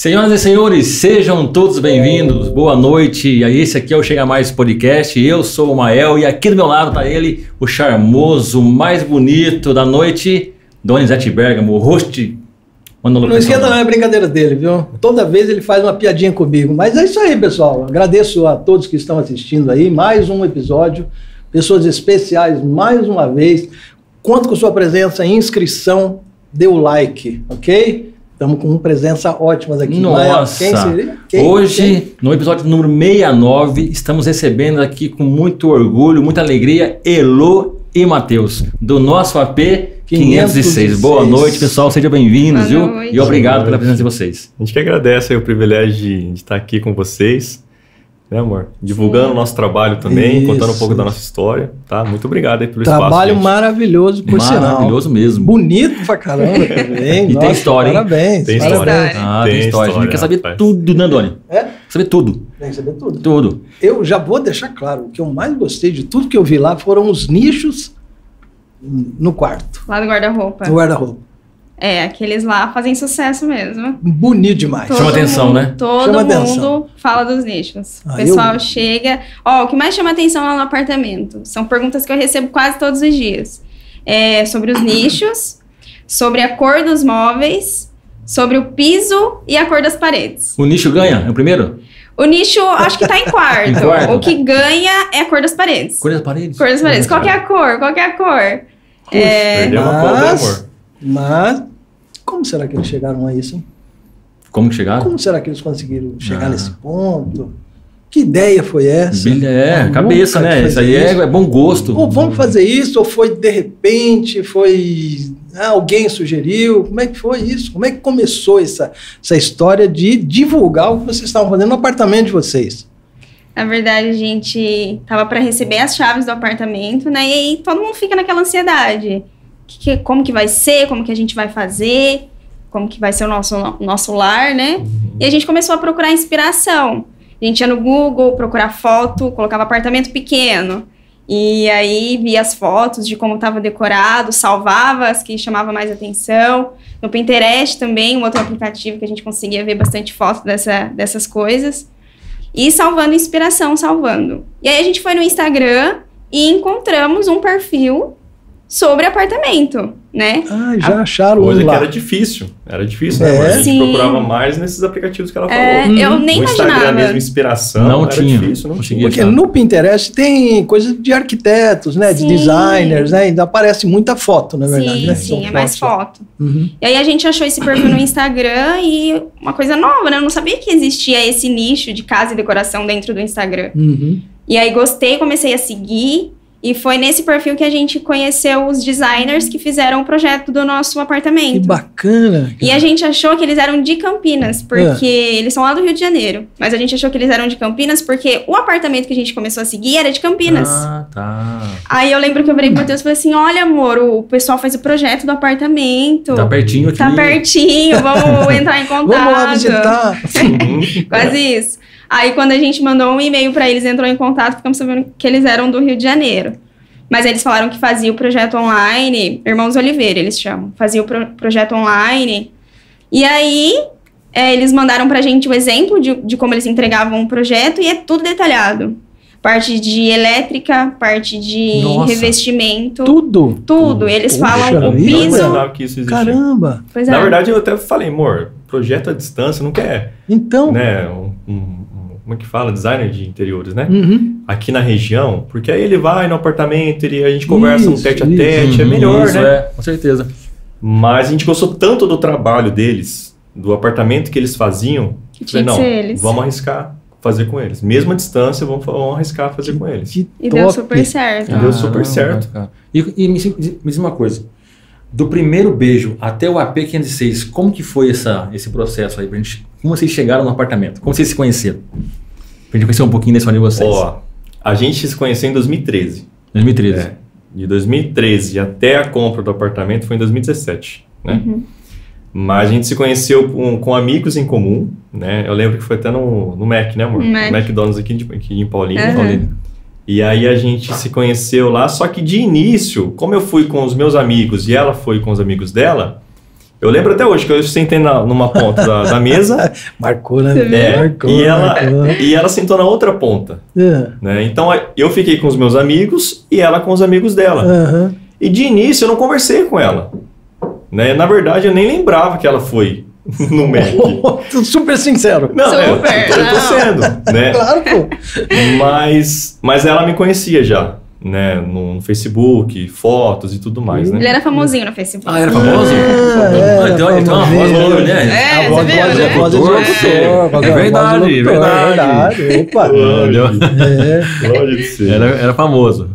Senhoras e senhores, sejam todos bem-vindos, boa noite. Esse aqui é o Chega Mais Podcast, eu sou o Mael e aqui do meu lado tá ele, o charmoso, mais bonito da noite, Donizete Bergamo, o host. Não esquenta não, é brincadeira dele, viu? Toda vez ele faz uma piadinha comigo, mas é isso aí, pessoal. Agradeço a todos que estão assistindo aí, mais um episódio, pessoas especiais mais uma vez. Conto com sua presença, inscrição, dê o like, ok? Estamos com presença ótimas aqui. Nossa, quem seria? Hoje, no episódio número 69, estamos recebendo aqui com muito orgulho, muita alegria, Elô e Matheus, do nosso AP 506. Boa noite, pessoal, sejam bem-vindos, viu? E obrigado pela presença de vocês. A gente que agradece aí o privilégio de estar aqui com vocês, né, amor? Divulgando o nosso trabalho também, contando um pouco da nossa história, tá? Muito obrigado aí pelo espaço. Trabalho maravilhoso, por sinal. Maravilhoso mesmo. Bonito pra caramba também. E nossa, tem história, hein? Parabéns. Tem história. Tem história. A gente quer saber tudo, né, Doni? É? Saber tudo. Tem que saber tudo. Tudo. Eu já vou deixar claro, o que eu mais gostei de tudo que eu vi lá foram os nichos no quarto. Lá do guarda-roupa. No guarda-roupa. É, aqueles lá fazem sucesso mesmo. Bonito demais. Chama atenção, né? Todo mundo fala dos nichos. O pessoal chega... o que mais chama atenção lá no apartamento são perguntas que eu recebo quase todos os dias. Sobre os nichos, sobre a cor dos móveis, sobre o piso e a cor das paredes. O nicho ganha? É o primeiro? O nicho, acho que tá em quarto. O que ganha é a cor das paredes. Cor das paredes? Cor das paredes. Qual que é a cor? Qual que é a cor? Perdeu uma cor, né, amor? Mas, como será que eles chegaram a isso, hein? Como que chegaram? Como será que eles conseguiram chegar nesse ponto? Que ideia foi essa? Cabeça, né? Isso aí é bom gosto. Ou vamos fazer isso, ou foi de repente, alguém sugeriu? Como é que foi isso? Como é que começou essa história de divulgar o que vocês estavam fazendo no apartamento de vocês? Na verdade, a gente tava para receber as chaves do apartamento, né? E aí todo mundo fica naquela ansiedade. Como que vai ser? Como que a gente vai fazer? Como que vai ser o nosso lar, né? E a gente começou a procurar inspiração. A gente ia no Google procurar foto, colocava apartamento pequeno. E aí via as fotos de como estava decorado, salvava as que chamavam mais atenção. No Pinterest também, um outro aplicativo que a gente conseguia ver bastante foto dessas coisas. E salvando. E aí a gente foi no Instagram e encontramos um perfil sobre apartamento, né? Já acharam coisa lá. Que era difícil, né? A gente procurava mais nesses aplicativos que ela falou. Eu nem imaginava. Instagram mesmo, inspiração, não era tinha. Difícil, não tinha. Porque no Pinterest tem coisa de arquitetos, né? De designers, né? Ainda aparece muita foto, na verdade. Sim, é mais foto. Uhum. E aí a gente achou esse perfil no Instagram e uma coisa nova, né? Eu não sabia que existia esse nicho de casa e decoração dentro do Instagram. Uhum. E aí gostei, comecei a seguir. E foi nesse perfil que a gente conheceu os designers que fizeram o projeto do nosso apartamento. Que bacana! Cara. E a gente achou que eles eram de Campinas, porque eles são lá do Rio de Janeiro. Mas a gente achou que eles eram de Campinas porque o apartamento que a gente começou a seguir era de Campinas. Ah, tá. Aí eu lembro que eu virei pro Matheus e falei assim, olha amor, o pessoal faz o projeto do apartamento. Tá pertinho aqui. Tá pertinho, vamos entrar em contato. Vamos lá visitar. Quase isso. Aí, quando a gente mandou um e-mail para eles, entrou em contato, ficamos sabendo que eles eram do Rio de Janeiro. Mas eles falaram que fazia o projeto online, Irmãos Oliveira, eles chamam. Fazia o projeto online. E aí, eles mandaram pra gente o exemplo de como eles entregavam o projeto e é tudo detalhado. Parte de elétrica, parte de revestimento. Tudo. Eles falam o piso. Eu não que isso existia. Caramba! Pois Na verdade, eu até falei, amor, projeto à distância não quer. Então. Né, como é que fala? Designer de interiores, né? Uhum. Aqui na região, porque aí ele vai no apartamento e a gente conversa um tete a tete, é melhor, né? Com certeza. Mas a gente gostou tanto do trabalho deles, do apartamento que eles faziam, que tinha que ser eles. Vamos arriscar fazer com eles. Mesmo à distância, vamos arriscar fazer com eles. E deu super certo. Deu super certo. Cara. E me diz uma coisa. Do primeiro beijo até o AP 506, como que foi esse processo aí? Como vocês chegaram no apartamento? Como vocês se conheceram? Pra gente conhecer um pouquinho da história de vocês. A gente se conheceu em 2013. 2013. De 2013 até a compra do apartamento foi em 2017, né? Uhum. Mas a gente se conheceu com amigos em comum, né? Eu lembro que foi até no Mac, né, amor? McDonald's aqui em Paulínia. Uhum. E aí a gente se conheceu lá, só que de início, como eu fui com os meus amigos e ela foi com os amigos dela, Eu lembro até hoje que eu sentei numa ponta da mesa. Marcou, né? Marcou, e ela sentou na outra ponta. Né? Então eu fiquei com os meus amigos e ela com os amigos dela. E de início eu não conversei com ela. Né? Na verdade eu nem lembrava que ela foi no Mac. Super sincero. Não, eu tô sendo. Né? Claro, pô. Mas ela me conhecia já. Né, no Facebook, fotos e tudo mais, né? Ele era famosinho no Facebook. Era famoso? Então ele tem uma voz boa, né? A voz de locutor. É verdade. Opa. Pode ser. Era famoso.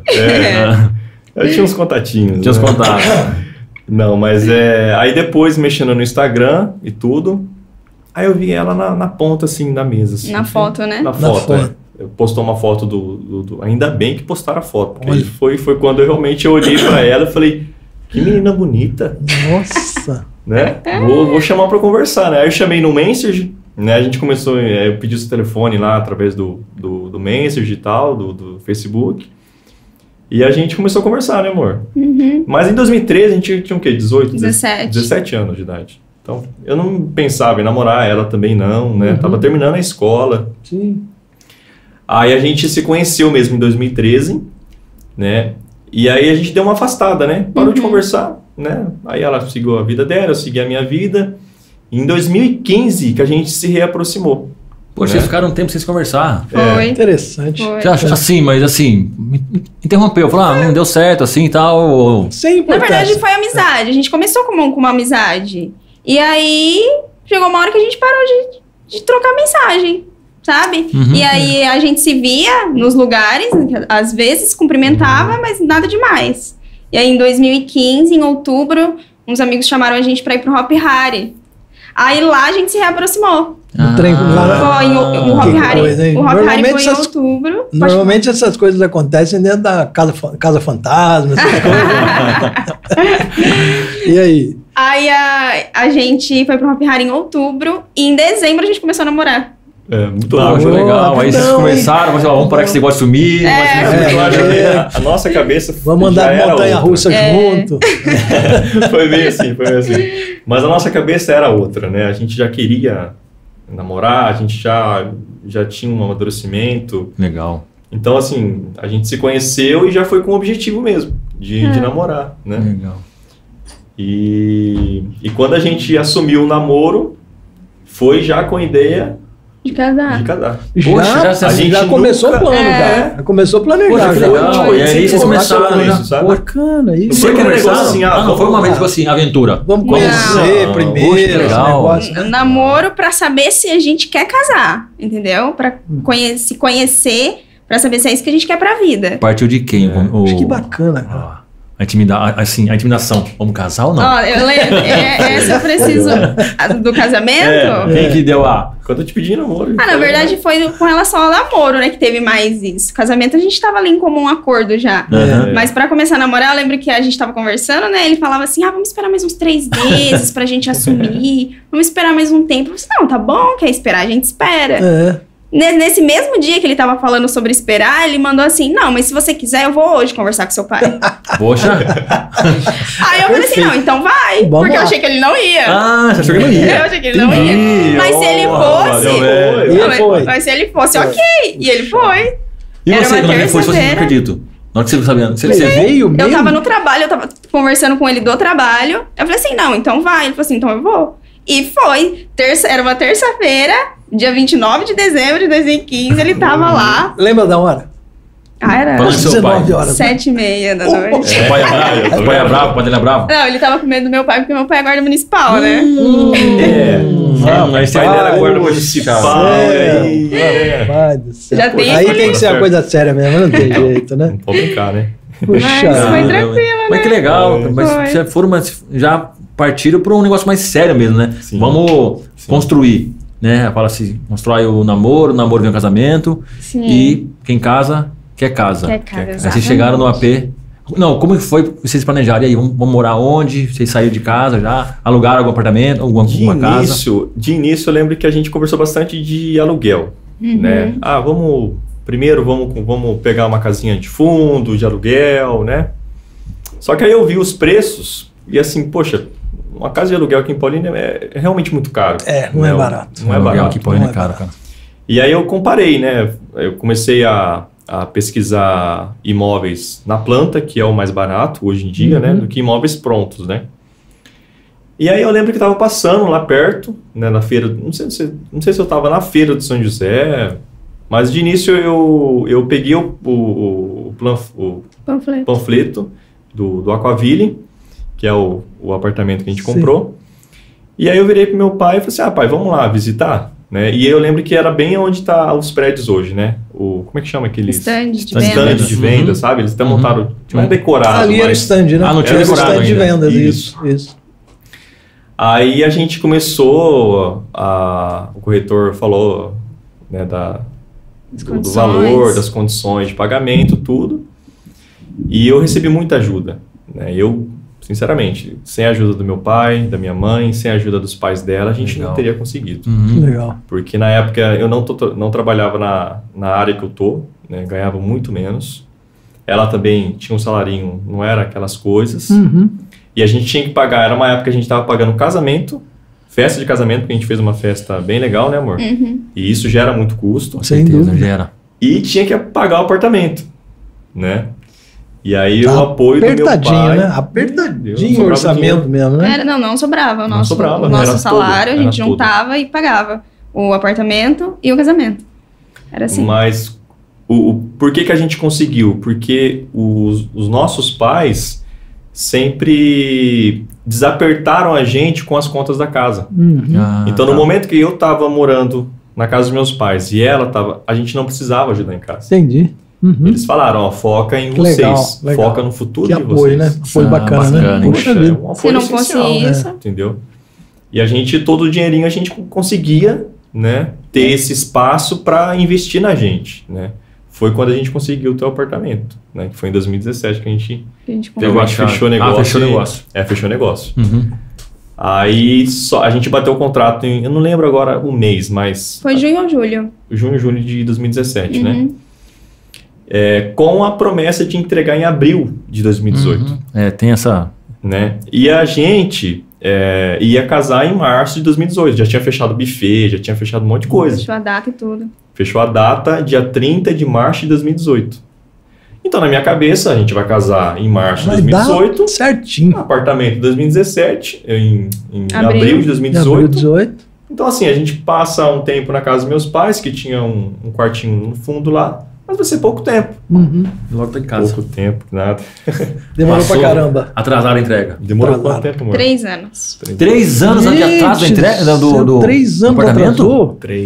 Eu tinha uns contatinhos. Tinha uns contatos. Não, mas aí depois, mexendo no Instagram e tudo, aí eu vi ela na ponta, assim, da mesa. Assim, na foto, né? Na foto. Postou uma foto do... Ainda bem que postaram a foto. Porque foi quando eu realmente olhei pra ela e falei, que menina bonita. Nossa. Né? Vou chamar pra conversar, né? Aí eu chamei no Messenger, né? A gente começou... Eu pedi o seu telefone lá através do Messenger e tal, do Facebook. E a gente começou a conversar, né, amor? Mas em 2013 a gente tinha o quê? 17 anos de idade. Então, eu não pensava em namorar, ela também não, né? Tava terminando a escola. Sim. Aí a gente se conheceu mesmo em 2013, né? E aí a gente deu uma afastada, né? Parou de conversar, né? Aí ela seguiu a vida dela, eu segui a minha vida. E em 2015 que a gente se reaproximou. Poxa, vocês ficaram um tempo sem se conversar. Foi. Interessante. Foi. Você acha assim, mas assim, me interrompeu, falou, não deu certo, assim e tal. Sem Na verdade, foi amizade. A gente começou com uma amizade. E aí, chegou uma hora que a gente parou de trocar mensagem, sabe? E aí, a gente se via nos lugares, às vezes, cumprimentava, mas nada demais. E aí, em 2015, em outubro, uns amigos chamaram a gente pra ir pro Hop Hari. Aí, lá, a gente se reaproximou. O trem lá. Foi, o Hop Hari foi em outubro. Normalmente essas coisas acontecem dentro da casa fantasma, essas coisas. E aí? Aí a gente foi pro Hop Hari em outubro e em dezembro a gente começou a namorar. Muito foi legal. Aí vocês começaram, vamos parar que você gosta de sumir. A nossa cabeça vamos andar de montanha-russa junto. Foi bem assim. Mas a nossa cabeça era outra, né? A gente já queria namorar, a gente já tinha um amadurecimento. Legal. Então, assim, a gente se conheceu e já foi com o objetivo mesmo, de namorar, né? Legal. E quando a gente assumiu o namoro, foi já com a ideia de casar. Poxa, a gente já começou o plano, já. Já começou a planejar. Poxa, que legal. E aí vocês começaram isso, sabe? Bacana, isso. Você conversaram assim, não foi uma vez, tipo assim, aventura. Vamos conhecer primeiro. Poxa, legal. Namoro pra saber se a gente quer casar, entendeu? Pra se conhecer, pra saber se é isso que a gente quer pra vida. Partiu de quem? Que bacana, cara. A intimidação. Vamos casar ou não? Eu lembro, essa eu preciso. Do casamento? Quem que deu a... Quando eu te pedi namoro. Na verdade foi com relação ao namoro, né, que teve mais isso. Casamento a gente tava ali em comum acordo já. Mas pra começar a namorar, eu lembro que a gente tava conversando, né, ele falava assim, vamos esperar mais uns 3 meses pra gente assumir, vamos esperar mais um tempo. Eu disse, não, tá bom, quer esperar, a gente espera. Nesse mesmo dia que ele tava falando sobre esperar, ele mandou assim, não, mas se você quiser, eu vou hoje conversar com seu pai. Poxa. Aí eu falei assim, não, então vai. Vamos porque lá. eu achei que ele não ia. Você achou que não ia? Eu achei que ele não ia. Mas se ele fosse... Mas se ele fosse, ok. E ele foi. E Era você, uma quando ele foi, você não terça-feira. acredito. Na hora que você ficou sabendo. Você veio mesmo? Eu tava no trabalho, eu tava conversando com ele do trabalho. Eu falei assim, não, então vai. Ele falou assim, então eu vou. E foi. Era uma terça-feira, dia 29 de dezembro de 2015, ele tava lá. Lembra da hora? Era Falando do seu pai. 19 horas. 7h30 da noite. Seu pai é bravo? Seu pai é bravo? O pai dele é bravo? Não, ele tava com medo do meu pai, porque meu pai é guarda municipal, né? Mas O pai dele era guarda municipal. Pai do céu. Já tem Aí aquele- tem que ser uma coisa séria mesmo, não tem jeito, né? Não pode brincar, né? Puxa. Mas foi tranquilo, Mas né? que legal. Foi. Mas já foram, mas já partiram para um negócio mais sério mesmo, né? Sim. Vamos construir, né? Fala assim, constrói o namoro vem o casamento. Sim. E quem casa, quer casa. Quer casa, Aí vocês exatamente. chegaram no AP. Não, como que foi vocês planejaram? E aí, vamos morar onde? Vocês saíram de casa já? Alugaram algum apartamento, alguma casa? De início, eu lembro que a gente conversou bastante de aluguel, né? Primeiro vamos pegar uma casinha de fundo, de aluguel, né? Só que aí eu vi os preços e assim, poxa, uma casa de aluguel aqui em Paulínia é realmente muito caro. Não é barato. Não é barato. Aqui em Paulínia é caro, cara. E aí eu comparei, né? Eu comecei a pesquisar imóveis na planta, que é o mais barato hoje em dia, né? Do que imóveis prontos, né? E aí eu lembro que estava passando lá perto, né, na feira, não sei se eu estava na feira de São José, mas de início eu peguei o panfleto do Aquaville, que é o apartamento que a gente comprou. E aí eu virei pro meu pai e falei assim, pai, vamos lá visitar? Né? E eu lembro que era bem onde tá os prédios hoje, né? Como é que chama aqueles? Stand de venda. Stand de venda, sabe? Eles até montaram, não é decorado, ali era stand, né? Não tinha decorado stand ainda. de vendas, isso. Aí a gente começou, o corretor falou, né, do valor, das condições de pagamento, tudo. E eu recebi muita ajuda, né? Eu, sinceramente, sem a ajuda do meu pai, da minha mãe, sem a ajuda dos pais dela, a gente não teria conseguido. Legal. Porque na época eu não trabalhava na área que eu tô, né? Ganhava muito menos. Ela também tinha um salarinho, não era aquelas coisas. E a gente tinha que pagar, era uma época que a gente estava pagando casamento, festa de casamento, porque a gente fez uma festa bem legal, né, amor? E isso gera muito custo. Com certeza, gera. E tinha que pagar o apartamento, né? E aí o apoio do meu pai... né? Apertadinho o orçamento mesmo, né? Não sobrava. Não sobrava, o nosso era salário, tudo, a gente juntava e pagava o apartamento e o casamento. Era assim. Mas por que a gente conseguiu? Porque os nossos pais sempre desapertaram a gente com as contas da casa. Então, no momento que eu estava morando na casa dos meus pais e ela estava, a gente não precisava ajudar em casa. Entendi. Eles falaram, foca em vocês, legal. foca no futuro que de apoio, vocês. Né? Apoio bacana, né? Poxa, é um se apoio não fosse isso... Entendeu? E a gente, todo o dinheirinho, a gente conseguia, né, ter esse espaço para investir na gente, né? Foi quando a gente conseguiu ter o apartamento, né? Que foi em 2017 que a gente fechou o negócio. Fechou o negócio. Fechou o negócio. Aí a gente bateu o contrato eu não lembro agora o mês, mas... Foi junho ou julho? Julho de 2017, né? Com a promessa de entregar em abril de 2018. Tem essa... Né? E a gente ia casar em março de 2018. Já tinha fechado o buffet, já tinha fechado um monte de coisa. Fechou a data e tudo. Fechou a data dia 30 de março de 2018. Então, na minha cabeça, a gente vai casar em março de 2018. Certinho. Apartamento em 2017, em abril de 2018. Então, assim, a gente passa um tempo na casa dos meus pais, que tinha um quartinho no fundo lá. Mas vai ser pouco tempo. Logo tá em casa. Pouco tempo, nada. Demorou pra caramba. Atrasaram a entrega. Demorou quanto tempo, amor? 3 anos. 3 anos de atraso da entrega do 3 anos apartamento? 3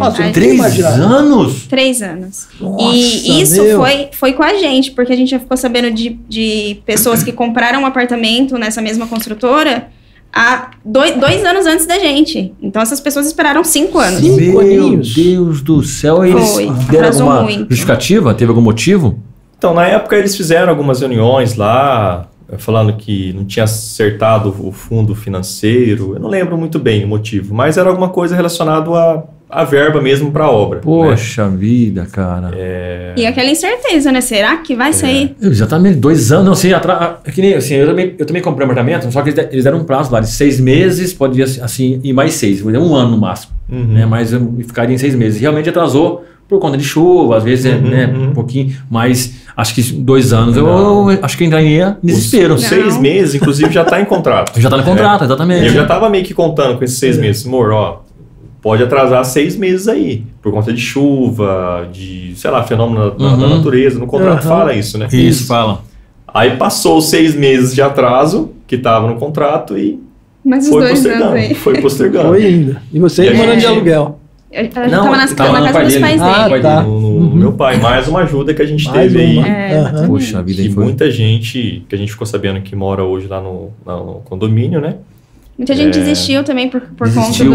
anos? 3 anos. Nossa, e isso foi com a gente, porque a gente já ficou sabendo de pessoas que compraram um apartamento nessa mesma construtora há 2 anos antes da gente. Então, essas pessoas esperaram 5 anos. Meu Deus do céu. Eles deram alguma justificativa? Teve algum motivo? Então, na época, eles fizeram algumas reuniões lá, falando que não tinha acertado o fundo financeiro. Eu não lembro muito bem o motivo, mas era alguma coisa relacionada à verba mesmo para a obra. Poxa vida, cara. E aquela incerteza, né? Será que vai sair? Exatamente, 2 anos. Não, assim, que nem, assim, eu também comprei um apartamento, só que eles deram um prazo lá de 6 meses, podia assim, ir mais 6, 1 ano no máximo. Né? Mas eu ficaria em 6 meses. Realmente atrasou por conta de chuva, às vezes um pouquinho, mas acho que 2 anos eu acho que eu entraria em desespero. 6 meses, inclusive, já está em contrato. Já está no contrato, exatamente. Eu já estava meio que contando com esses 6 meses. Amor, pode atrasar 6 meses aí, por conta de chuva, de, sei lá, fenômeno da natureza. No contrato fala isso, né? Isso, fala. Aí passou os 6 meses de atraso, que estava no contrato, e mas foi postergando. Foi postergando. Foi ainda. E você morando de aluguel? A gente estava na casa dos pais dele. No meu pai. Mais uma ajuda que a gente teve aí. Poxa vida, que muita gente, que a gente ficou sabendo que mora hoje lá no condomínio, né? Muita gente desistiu também por conta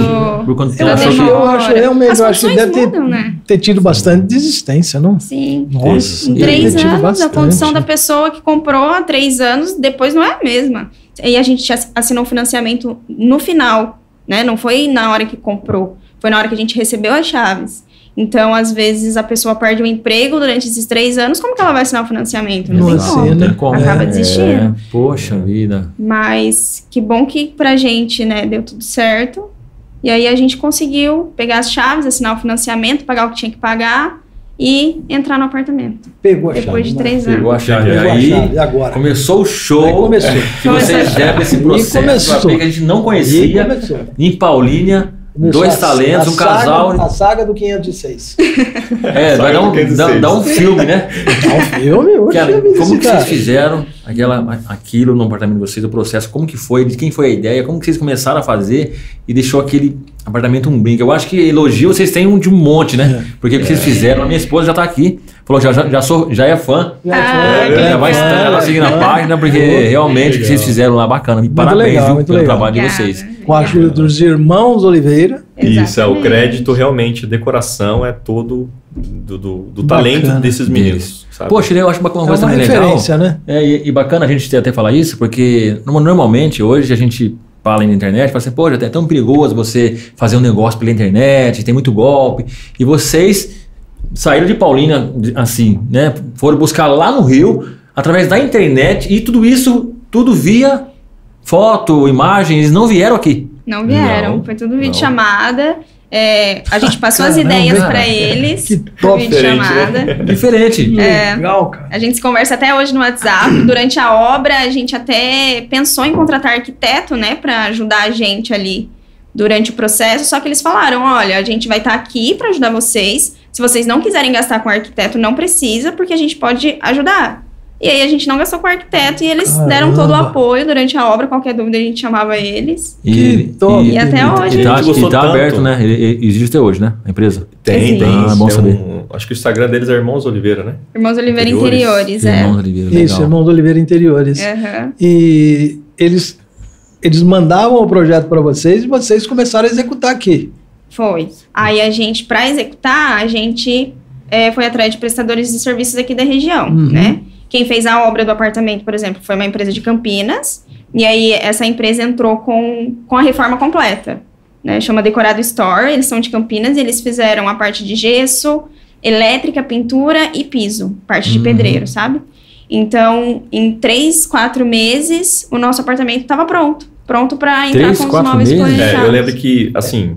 Eu acho que deve ter tido bastante desistência, não? Sim. Nossa, em 3 anos, a condição da pessoa que comprou há 3 anos, depois não é a mesma. E a gente assinou o financiamento no final, né? Não foi na hora que comprou, foi na hora que a gente recebeu as chaves. Então, às vezes, a pessoa perde o emprego durante esses 3 anos, como que ela vai assinar o financiamento? Não tem como. Acaba desistindo. Poxa vida. Mas que bom que pra gente, né, deu tudo certo. E aí a gente conseguiu pegar as chaves, assinar o financiamento, pagar o que tinha que pagar e entrar no apartamento. Pegou a chave. Depois de 3 anos. Pegou a chave. E agora? Começou o show. Aí começou. Que você leva esse processo que a gente não conhecia. Em Paulínia. Começou 2 talentos, um casal. A saga do 506. Vai dar um filme, né? Dá um filme? Como que vocês fizeram aquilo no apartamento de vocês, o processo? Como que foi? De quem foi a ideia? Como que vocês começaram a fazer e deixou aquele apartamento um brinco? Eu acho que elogio vocês têm de um monte, né? Porque o que vocês fizeram, a minha esposa já tá aqui, falou já é fã. Já vai estar seguindo a página, porque realmente o que vocês fizeram lá bacana. E parabéns pelo trabalho de vocês. Com a ajuda dos irmãos Oliveira. Isso, o crédito realmente, a decoração é todo do talento desses meninos. Sabe? Poxa, eu acho uma coisa bem legal. Né? E bacana a gente até falar isso, porque normalmente hoje a gente fala na internet, fala assim, poxa, é tão perigoso você fazer um negócio pela internet, tem muito golpe. E vocês saíram de Paulínia, assim, né? Foram buscar lá no Rio, através da internet, e tudo isso, tudo via foto, imagens, não vieram aqui. Não vieram, foi tudo videochamada. A gente passou as ideias para eles. Que top, videochamada. Diferente. Legal, cara. A gente se conversa até hoje no WhatsApp. Durante a obra, a gente até pensou em contratar arquiteto, né, para ajudar a gente ali durante o processo. Só que eles falaram, olha, a gente vai estar aqui para ajudar vocês. Se vocês não quiserem gastar com arquiteto, não precisa, porque a gente pode ajudar. E aí a gente não gastou com o arquiteto e eles deram todo o apoio durante a obra. Qualquer dúvida a gente chamava eles. E até hoje. E tá aberto, né? Existe até hoje, né? A empresa? Tem. É bom saber. Acho que o Instagram deles é Irmãos Oliveira, né? Irmãos Oliveira Interiores, Irmãos Oliveira, legal. Isso, Irmãos Oliveira Interiores. E eles mandavam o projeto para vocês e vocês começaram a executar aqui. Foi. Aí a gente, para executar, a gente foi atrás de prestadores de serviços aqui da região, né? Quem fez a obra do apartamento, por exemplo, foi uma empresa de Campinas. E aí, essa empresa entrou com a reforma completa, né? Chama Decorado Store. Eles são de Campinas e eles fizeram a parte de gesso, elétrica, pintura e piso. Parte de pedreiro, sabe? Então, em 3, 4 meses, o nosso apartamento estava pronto. Pronto para entrar com os móveis planejados. Eu lembro que, assim,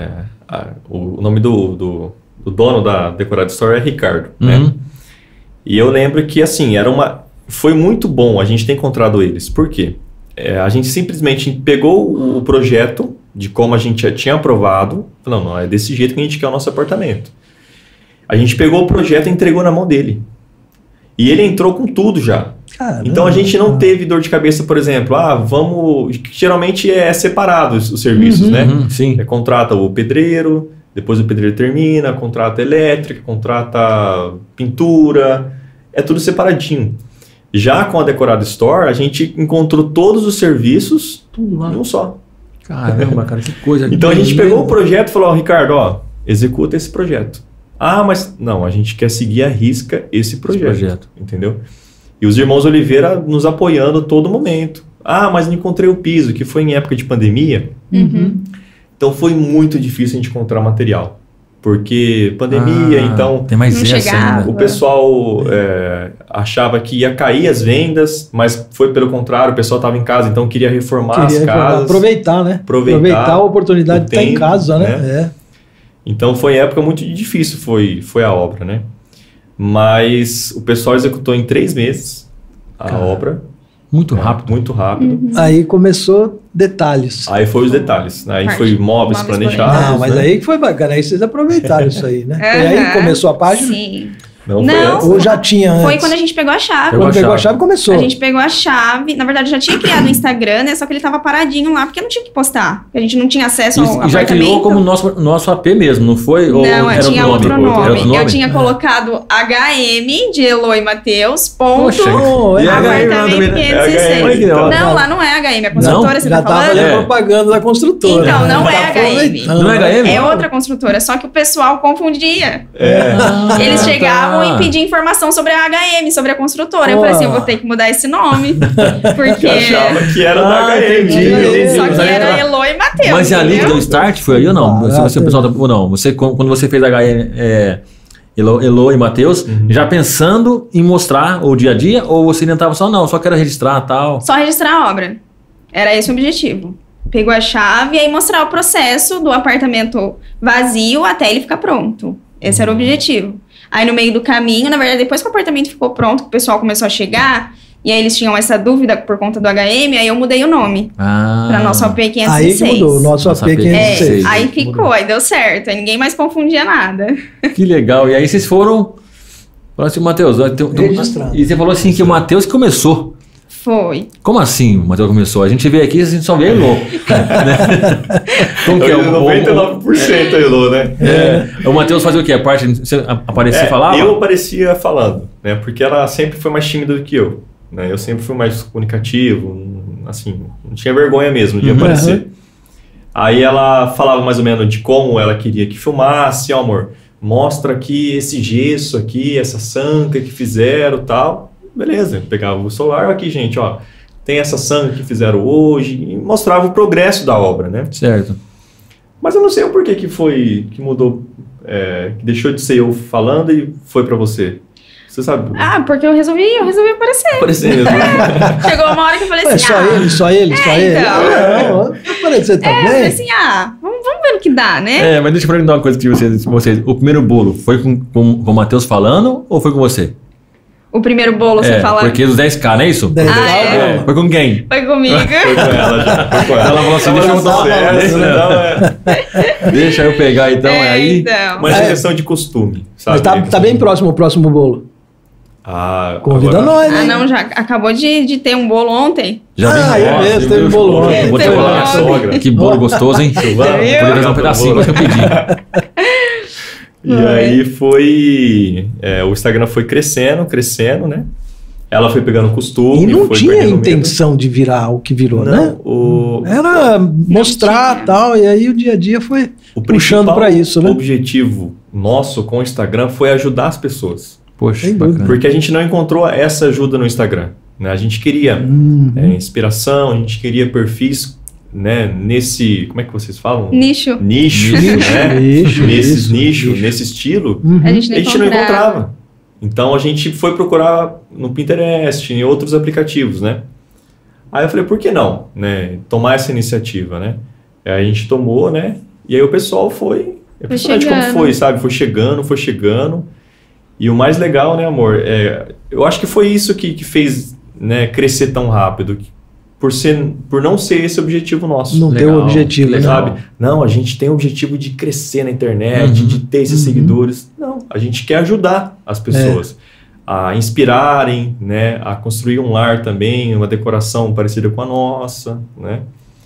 o nome do dono da Decorado Store é Ricardo, né? E eu lembro que, assim, foi muito bom a gente ter encontrado eles. Por quê? A gente simplesmente pegou o projeto de como a gente já tinha aprovado. Não, é desse jeito que a gente quer o nosso apartamento. A gente pegou o projeto e entregou na mão dele. E ele entrou com tudo já. Caramba. Então a gente não teve dor de cabeça, por exemplo, geralmente é separado os serviços, né? Sim. Contrata o pedreiro, depois o pedreiro termina, contrata elétrica, contrata pintura, é tudo separadinho. Já com a Decorado Store, a gente encontrou todos os serviços tudo lá em um só. Caramba, cara, que coisa. Então a gente pegou o projeto e falou, Ricardo, executa esse projeto. Mas não, a gente quer seguir à risca esse projeto. Entendeu? E os irmãos Oliveira nos apoiando a todo momento. Mas não encontrei o piso, que foi em época de pandemia. Então foi muito difícil a gente encontrar material. Porque pandemia, então... Tem mais essa, o pessoal achava que ia cair as vendas, mas foi pelo contrário, o pessoal estava em casa, então queria reformar as casas. Aproveitar, né? Aproveitar a oportunidade de estar em casa, né? Então foi época muito difícil, foi a obra, né? Mas o pessoal executou em 3 meses a obra. Muito rápido. Muito rápido. Aí começou detalhes. Aí foi os detalhes. Aí foi móveis planejados. Não, mas aí que foi bacana. Aí vocês aproveitaram isso aí, né? E aí começou a página? Sim. Não, ou já tinha antes? Foi quando a gente pegou a chave. Quando pegou a chave, começou. A gente pegou a chave. Na verdade, já tinha criado o Instagram, né? Só que ele tava paradinho lá, porque não tinha que postar. Porque a gente não tinha acesso ao apartamento. Já criou como nosso AP mesmo, não foi? Não, tinha outro nome. Eu tinha Ah. colocado HM, de Elo e Matheus, ponto, Poxa, apartamento 506. Não, lá não é HM, a construtora, você já tá falando? Já tava propaganda da construtora. Então, não é HM. Não é HM? É outra construtora, só que o pessoal confundia. Eles chegavam foram e pedir informação sobre a HM, sobre a construtora. Eu falei assim, eu vou ter que mudar esse nome. Porque... Eu achava que era da HM. entendi. Só que era Elo e Matheus. Mas é ali que deu start? Foi aí ou não? Você, pessoal, ou não? Você, quando você fez a HM, Elo e Matheus, já pensando em mostrar o dia a dia? Ou você ainda estava só, não, só quero registrar e tal? Só registrar a obra. Era esse o objetivo. Pegou a chave e aí mostrar o processo do apartamento vazio até ele ficar pronto. Esse era o objetivo. Aí no meio do caminho, na verdade, depois que o apartamento ficou pronto, que o pessoal começou a chegar, e aí eles tinham essa dúvida por conta do HM, aí eu mudei o nome pra nosso AP 506. Aí que mudou, nosso AP 506. Aí ficou, aí deu certo, aí ninguém mais confundia nada. Que legal. E aí vocês foram... Falaram assim, Matheus... E você falou assim que o Matheus começou. Foi. Como assim o Matheus começou? A gente vê aqui, a gente só vê Elo. Como que é? 99% é Elo, né? O Matheus fazia o quê? A parte você aparecia e falava? Eu aparecia falando, né? Porque ela sempre foi mais tímida do que eu. Né? Eu sempre fui mais comunicativo, assim, não tinha vergonha mesmo de aparecer. Aí ela falava mais ou menos de como ela queria que filmasse, ó, amor, mostra aqui esse gesso aqui, essa sanca que fizeram e tal. Beleza, pegava o celular aqui, gente, ó, tem essa sanca que fizeram hoje, e mostrava o progresso da obra, né? Certo. Mas eu não sei o porquê que foi, que mudou, que deixou de ser eu falando e foi pra você. Você sabe? Ah, porque eu resolvi aparecer. Aparecer mesmo. Chegou uma hora que eu falei assim, Só ele. Então. Não, aparecer também. Eu falei assim, vamos ver no que dá, né? Mas deixa eu perguntar uma coisa que vocês. O primeiro bolo foi com o Matheus falando ou foi com você? O primeiro bolo, você fala... Porque os 10K, não é isso? 10K, Foi com quem? Foi comigo. Foi com ela já. Foi com ela. Ela falou assim, deixa eu dar Deixa eu pegar então, aí... Então. Mas é questão de costume, sabe? Mas tá bem próximo o próximo bolo. Convida nós, né? Não, já acabou de ter um bolo ontem. Já eu mesmo, teve bolo ontem. Vou te falar, sogra. Que bolo gostoso, hein? Podia trazer um pedacinho, mas eu pedi. E aí foi... o Instagram foi crescendo, né? Ela foi pegando costume. E não foi tinha intenção de virar o que virou, né? Era mostrar tal, e aí o dia a dia foi puxando para isso, né? O objetivo nosso com o Instagram foi ajudar as pessoas. Poxa, bacana. Porque a gente não encontrou essa ajuda no Instagram. Né? A gente queria inspiração, a gente queria perfis, né, nesse... Como é que vocês falam? Nicho, né? Nesse estilo, a gente não encontrava. Então a gente foi procurar no Pinterest, em outros aplicativos, né? Aí eu falei, por que não, né? Tomar essa iniciativa, né? Aí a gente tomou, né? E aí o pessoal foi... É impressionante como foi, sabe? Foi chegando. E o mais legal, né, amor? Eu acho que foi isso que fez, né, crescer tão rápido. Por não ser esse objetivo nosso. Não ter o objetivo, né? Sabe? Não, a gente tem o objetivo de crescer na internet, de ter esses seguidores. Não, a gente quer ajudar as pessoas a inspirarem, né, a construir um lar também, uma decoração parecida com a nossa, né?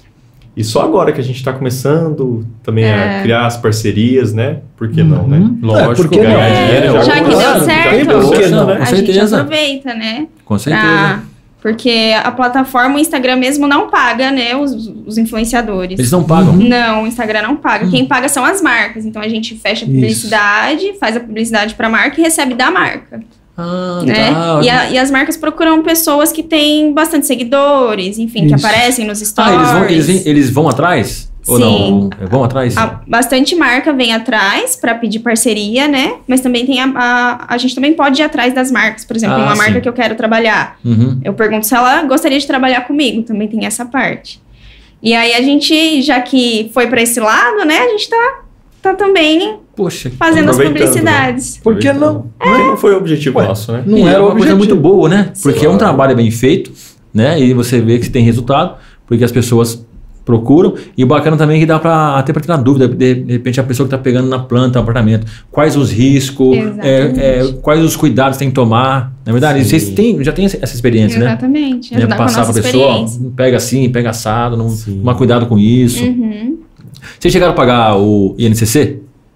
E só agora que a gente está começando também a criar as parcerias, né? Por que não, né? Lógico, porque ganhar dinheiro. Já que deu certo, a gente aproveita, né? Com certeza. Porque a plataforma, o Instagram mesmo não paga, né, os influenciadores. Eles não pagam? Não, o Instagram não paga. Quem paga são as marcas. Então a gente fecha a publicidade, faz a publicidade para a marca e recebe da marca. Né? Tá. E as marcas procuram pessoas que têm bastante seguidores, enfim, que aparecem nos stories. Eles vão atrás? Ou Sim. não? Vão atrás? Bastante marca vem atrás para pedir parceria, né? Mas também tem a gente também pode ir atrás das marcas. Por exemplo, uma marca que eu quero trabalhar. Eu pergunto se ela gostaria de trabalhar comigo. Também tem essa parte. E aí a gente, já que foi para esse lado, né? A gente tá também fazendo as publicidades. Né? Por que não? Porque não foi o objetivo nosso, né? Não era uma coisa muito boa, né? Sim. Porque é um trabalho bem feito, né? E você vê que tem resultado, porque as pessoas procuram. E bacana também que dá até para tirar dúvida, de repente a pessoa que está pegando na planta, no apartamento, quais os riscos, quais os cuidados tem que tomar. Na verdade, vocês já têm essa experiência, Exatamente. né? Exatamente. Passar para a pessoa, pega assim, pega assado, tomar cuidado com isso. Vocês chegaram a pagar o INCC?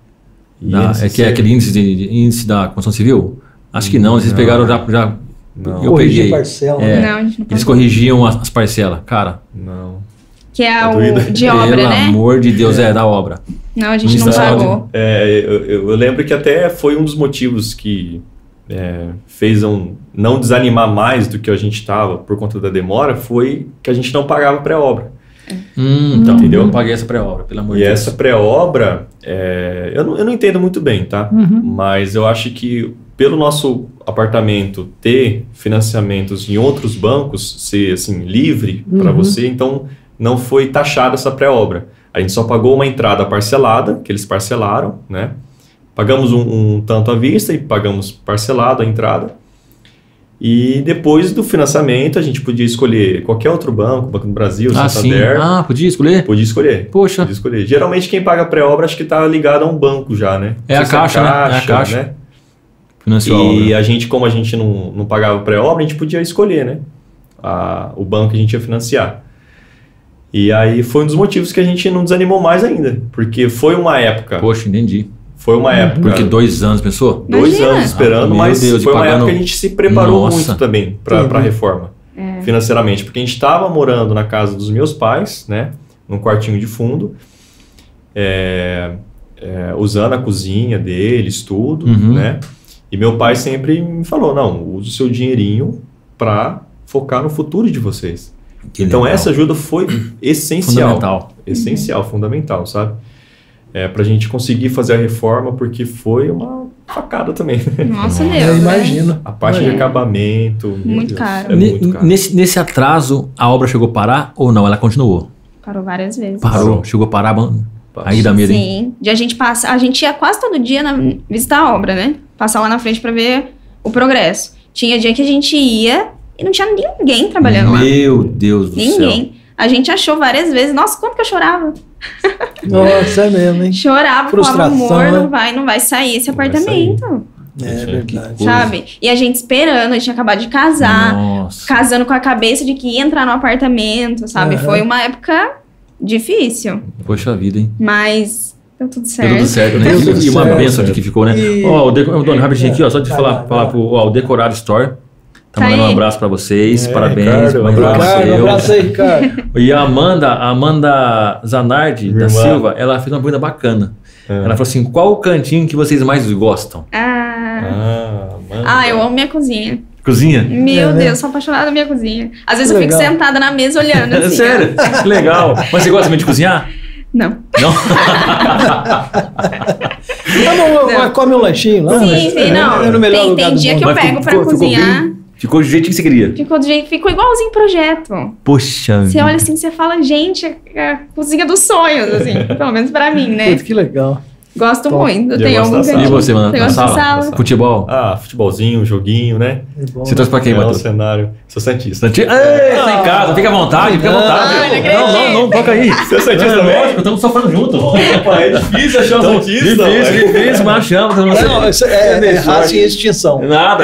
Que é aquele índice da construção civil? Acho que não, vocês pegaram já Não. Eu peguei. Parcela. Não, a gente não Eles pagou. corrigiam as parcelas, cara. Não. Que é Tá o doído? de obra, Pelo né? amor de Deus, da obra. Não, a gente não Misericórdia. pagou. Eu lembro que até foi um dos motivos que fez não desanimar mais do que a gente estava por conta da demora foi que a gente não pagava pré-obra. Então, entendeu? Eu paguei essa pré-obra, pelo amor de Deus. E essa pré-obra, eu não entendo muito bem, tá? Mas eu acho que pelo nosso apartamento ter financiamentos em outros bancos, ser assim, livre para você, então não foi taxada essa pré-obra. A gente só pagou uma entrada parcelada, que eles parcelaram, né? Pagamos um tanto à vista e pagamos parcelado a entrada. E depois do financiamento, a gente podia escolher qualquer outro banco, Banco do Brasil, Santander. Sim. Podia escolher? Podia escolher. Poxa. Podia escolher. Geralmente quem paga pré-obra acho que está ligado a um banco já, né? É a Caixa, né? É a Caixa. Né? E a gente, como a gente não pagava pré-obra, a gente podia escolher, né? O banco que a gente ia financiar. E aí foi um dos motivos que a gente não desanimou mais ainda. Porque foi uma época... Poxa, entendi. Foi uma época... Porque 2 anos, pensou? 2 anos esperando, mas Deus, foi uma pagando... época que a gente se preparou muito também para a reforma, financeiramente. Porque a gente estava morando na casa dos meus pais, né? Num quartinho de fundo, usando a cozinha deles, tudo, né? E meu pai sempre me falou, não, use o seu dinheirinho para focar no futuro de vocês. Então essa ajuda foi essencial. Fundamental. Essencial, fundamental, sabe? Pra gente conseguir fazer a reforma, porque foi uma facada também. Nossa, Deus. Eu imagino. A parte de acabamento. Muito caro. Muito caro. Nesse atraso, a obra chegou a parar ou não? Ela continuou? Parou várias vezes. Parou. Chegou a parar, aí dá medo, hein? Sim. De a gente ia quase todo dia visitar a obra, né? Passar lá na frente pra ver o progresso. Tinha dia que a gente ia e não tinha ninguém trabalhando lá. Meu Deus do céu. Ninguém. A gente achou várias vezes. Nossa, quanto que eu chorava. Nossa, é mesmo, hein? Chorava, Frustração, falava, amor, né? não vai sair esse apartamento. É verdade. Sabe? E a gente esperando, a gente tinha acabado de casar. Nossa. Casando com a cabeça de que ia entrar no apartamento, sabe? Foi uma época difícil. Poxa vida, hein? Mas deu tudo certo. Deu tudo certo, né? Deu tudo E uma certo. benção de que ficou, né? Ó, Dona, rapidinho aqui, ó, só de falar pro Decorado Store. Tá mandando um abraço pra vocês, parabéns. Ricardo, um Abraço aí, Ricardo. E a Amanda Zanardi da Silva, ela fez uma pergunta bacana. Ela falou assim, qual o cantinho que vocês mais gostam? Eu amo minha cozinha. Cozinha? Meu Deus, sou apaixonada na minha cozinha. Às vezes eu fico sentada na mesa olhando assim. Sério? Que legal. Mas você gosta também de cozinhar? Não. Não? Mas come um lanchinho lá. Sim, não. É no melhor lugar Tem do dia mundo. que eu Mas pego pra ficou cozinhar. bem? Ficou do jeito que você queria? Ficou igualzinho projeto. Poxa. Você olha assim, você fala, gente, é a cozinha dos sonhos, assim. Pelo menos pra mim, né? Putz, que legal. Gosto muito. Eu Tem gosto algum da sala. E você, mano? Você Na gosta de sala? sala? Futebol? Futebolzinho, joguinho, né? É bom, Você trouxe pra quem, O Matheus? cenário. Sou santista. Ei, tá em casa, fica à vontade, fica à vontade. Não, toca aí. Você é santista também? Lógico, estamos sofrendo junto. Opa, é difícil achar um santista. Difícil, mas achamos. Não, isso é raça em extinção. Nada,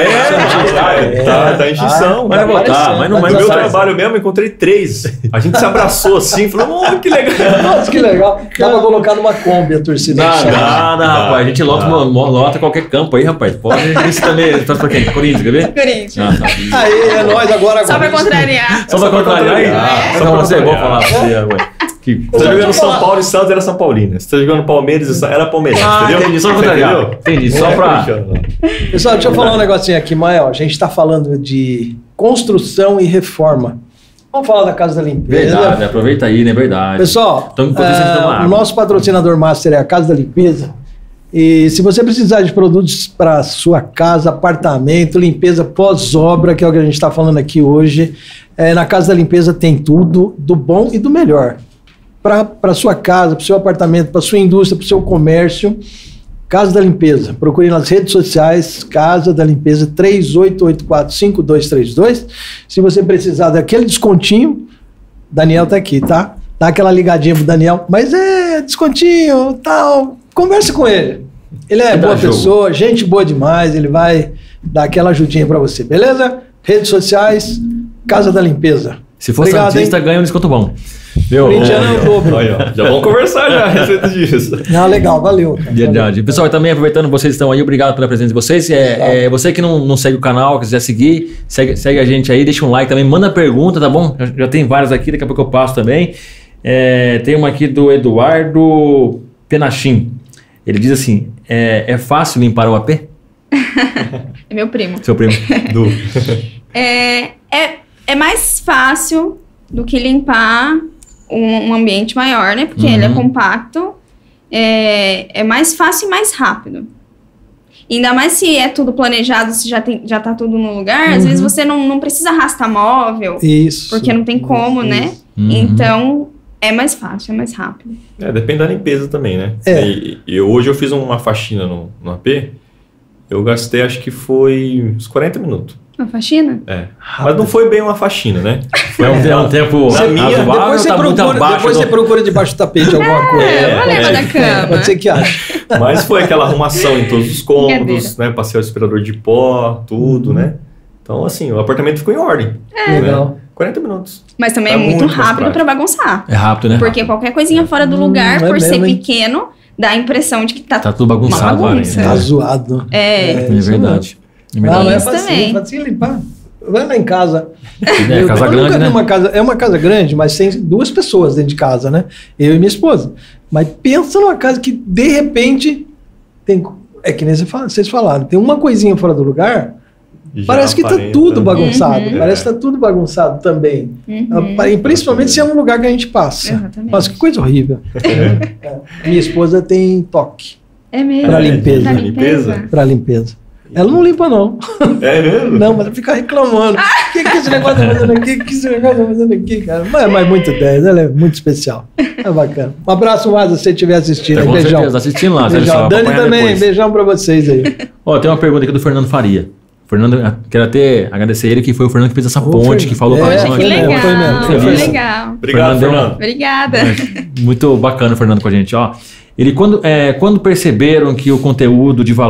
Tá em extinção. Mas vai voltar, mas não vai No meu voltar. trabalho mesmo, eu encontrei 3. A gente se abraçou assim, falou, que legal. Nossa, que legal. Dá pra colocar numa Kombi a torcida. Nada, rapaz. A gente lota qualquer campo aí, rapaz. Pode. Isso também. Tá pra quem? Corinthians, quer ver? Corinthians. Tá. Aí, é nóis agora. Só pra contrariar. Só pra contrariar aí? Só pra Você é bom contrariar. falar pra você, ué. Você tá jogando São Paulo e Santos, era São Paulino. Você tá jogando Palmeiras e Santos, era Palmeiras, entendeu? Entendi, só pra contrariar. Entendi, só pra... Pessoal, deixa eu falar um negocinho aqui, Mael. A gente está falando de construção e reforma. Vamos falar da Casa da Limpeza. Verdade, aproveita aí, né? Verdade. Pessoal, Então, enquanto isso, a gente toma o água. nosso patrocinador master é a Casa da Limpeza. E se você precisar de produtos para sua casa, apartamento, limpeza pós-obra, que é o que a gente está falando aqui hoje, na Casa da Limpeza tem tudo, do bom e do melhor. Para sua casa, para o seu apartamento, para sua indústria, para o seu comércio, Casa da Limpeza. Procure nas redes sociais, Casa da Limpeza 38845232. Se você precisar daquele descontinho, Daniel tá aqui, tá? Dá aquela ligadinha pro Daniel, mas descontinho, tal. Converse com ele. Ele é boa pessoa, gente boa demais, ele vai dar aquela ajudinha para você, beleza? Redes sociais, Casa da Limpeza. Se for Obrigado, santista, ganha um desconto bom. Meu, Corintiano é o dobro. Já vamos conversar já a respeito disso. Não, legal, valeu. Verdade. Pessoal, também aproveitando, vocês estão aí, obrigado pela presença de vocês. Você que não segue o canal, quiser seguir, segue a gente aí, deixa um like também, manda pergunta, tá bom? Já tem várias aqui, daqui a pouco eu passo também. Tem uma aqui do Eduardo Penachim. Ele diz assim, é fácil limpar o AP? É meu primo. Seu primo. É mais fácil do que limpar um ambiente maior, né? Porque ele é compacto. É mais fácil e mais rápido. Ainda mais se é tudo planejado, se já tá tudo no lugar. Às vezes você não precisa arrastar móvel. Isso. Porque não tem como, né? Então, é mais fácil, é mais rápido. Depende da limpeza também, né? E hoje eu fiz uma faxina no AP. Eu gastei, acho que foi uns 40 minutos. Uma faxina? Mas não foi bem uma faxina, né? Foi um tempo razoável, depois você procura debaixo do tapete alguma coisa. Vai levar da cama. Pode ser que ache. Mas foi aquela arrumação em todos os cômodos, né? Passei o aspirador de pó, tudo, né? Então, assim, o apartamento ficou em ordem. Legal. 40 minutos. Mas também é muito rápido pra bagunçar. É rápido, né? Porque qualquer coisinha fora do lugar, por ser pequeno, dá a impressão de que tá tudo bagunçado. Tá zoado. É verdade. Não é fácil limpar. Vai lá em casa. Casa grande, né? É uma casa grande, mas tem 2 pessoas dentro de casa, né? Eu e minha esposa. Mas pensa numa casa que, de repente, tem... É que nem vocês falaram. Tem uma coisinha fora do lugar, parece que tá tudo bagunçado. Parece que tá tudo bagunçado também. E principalmente se é um lugar que a gente passa. Exatamente. Nossa, que coisa horrível. Minha esposa tem toque. É mesmo? Pra limpeza. Pra limpeza? Pra limpeza. Ela não limpa, não. É mesmo? Não, mas ela fica reclamando. O que esse negócio tá fazendo aqui? O que esse negócio tá fazendo aqui, cara? Mas muito 10, ela é muito especial. É bacana. Um abraço, Márcio, se você estiver assistindo. Com beijão. certeza, assistindo lá. Beijão. Dani também, depois. Beijão pra vocês aí. Tem uma pergunta aqui do Fernando Faria. Fernando, quero até agradecer ele, que foi o Fernando que fez essa ponte, que falou pra gente. Que legal, foi que legal. Obrigado, Fernando. Obrigada. Muito bacana o Fernando com a gente. Ele, quando perceberam que o conteúdo de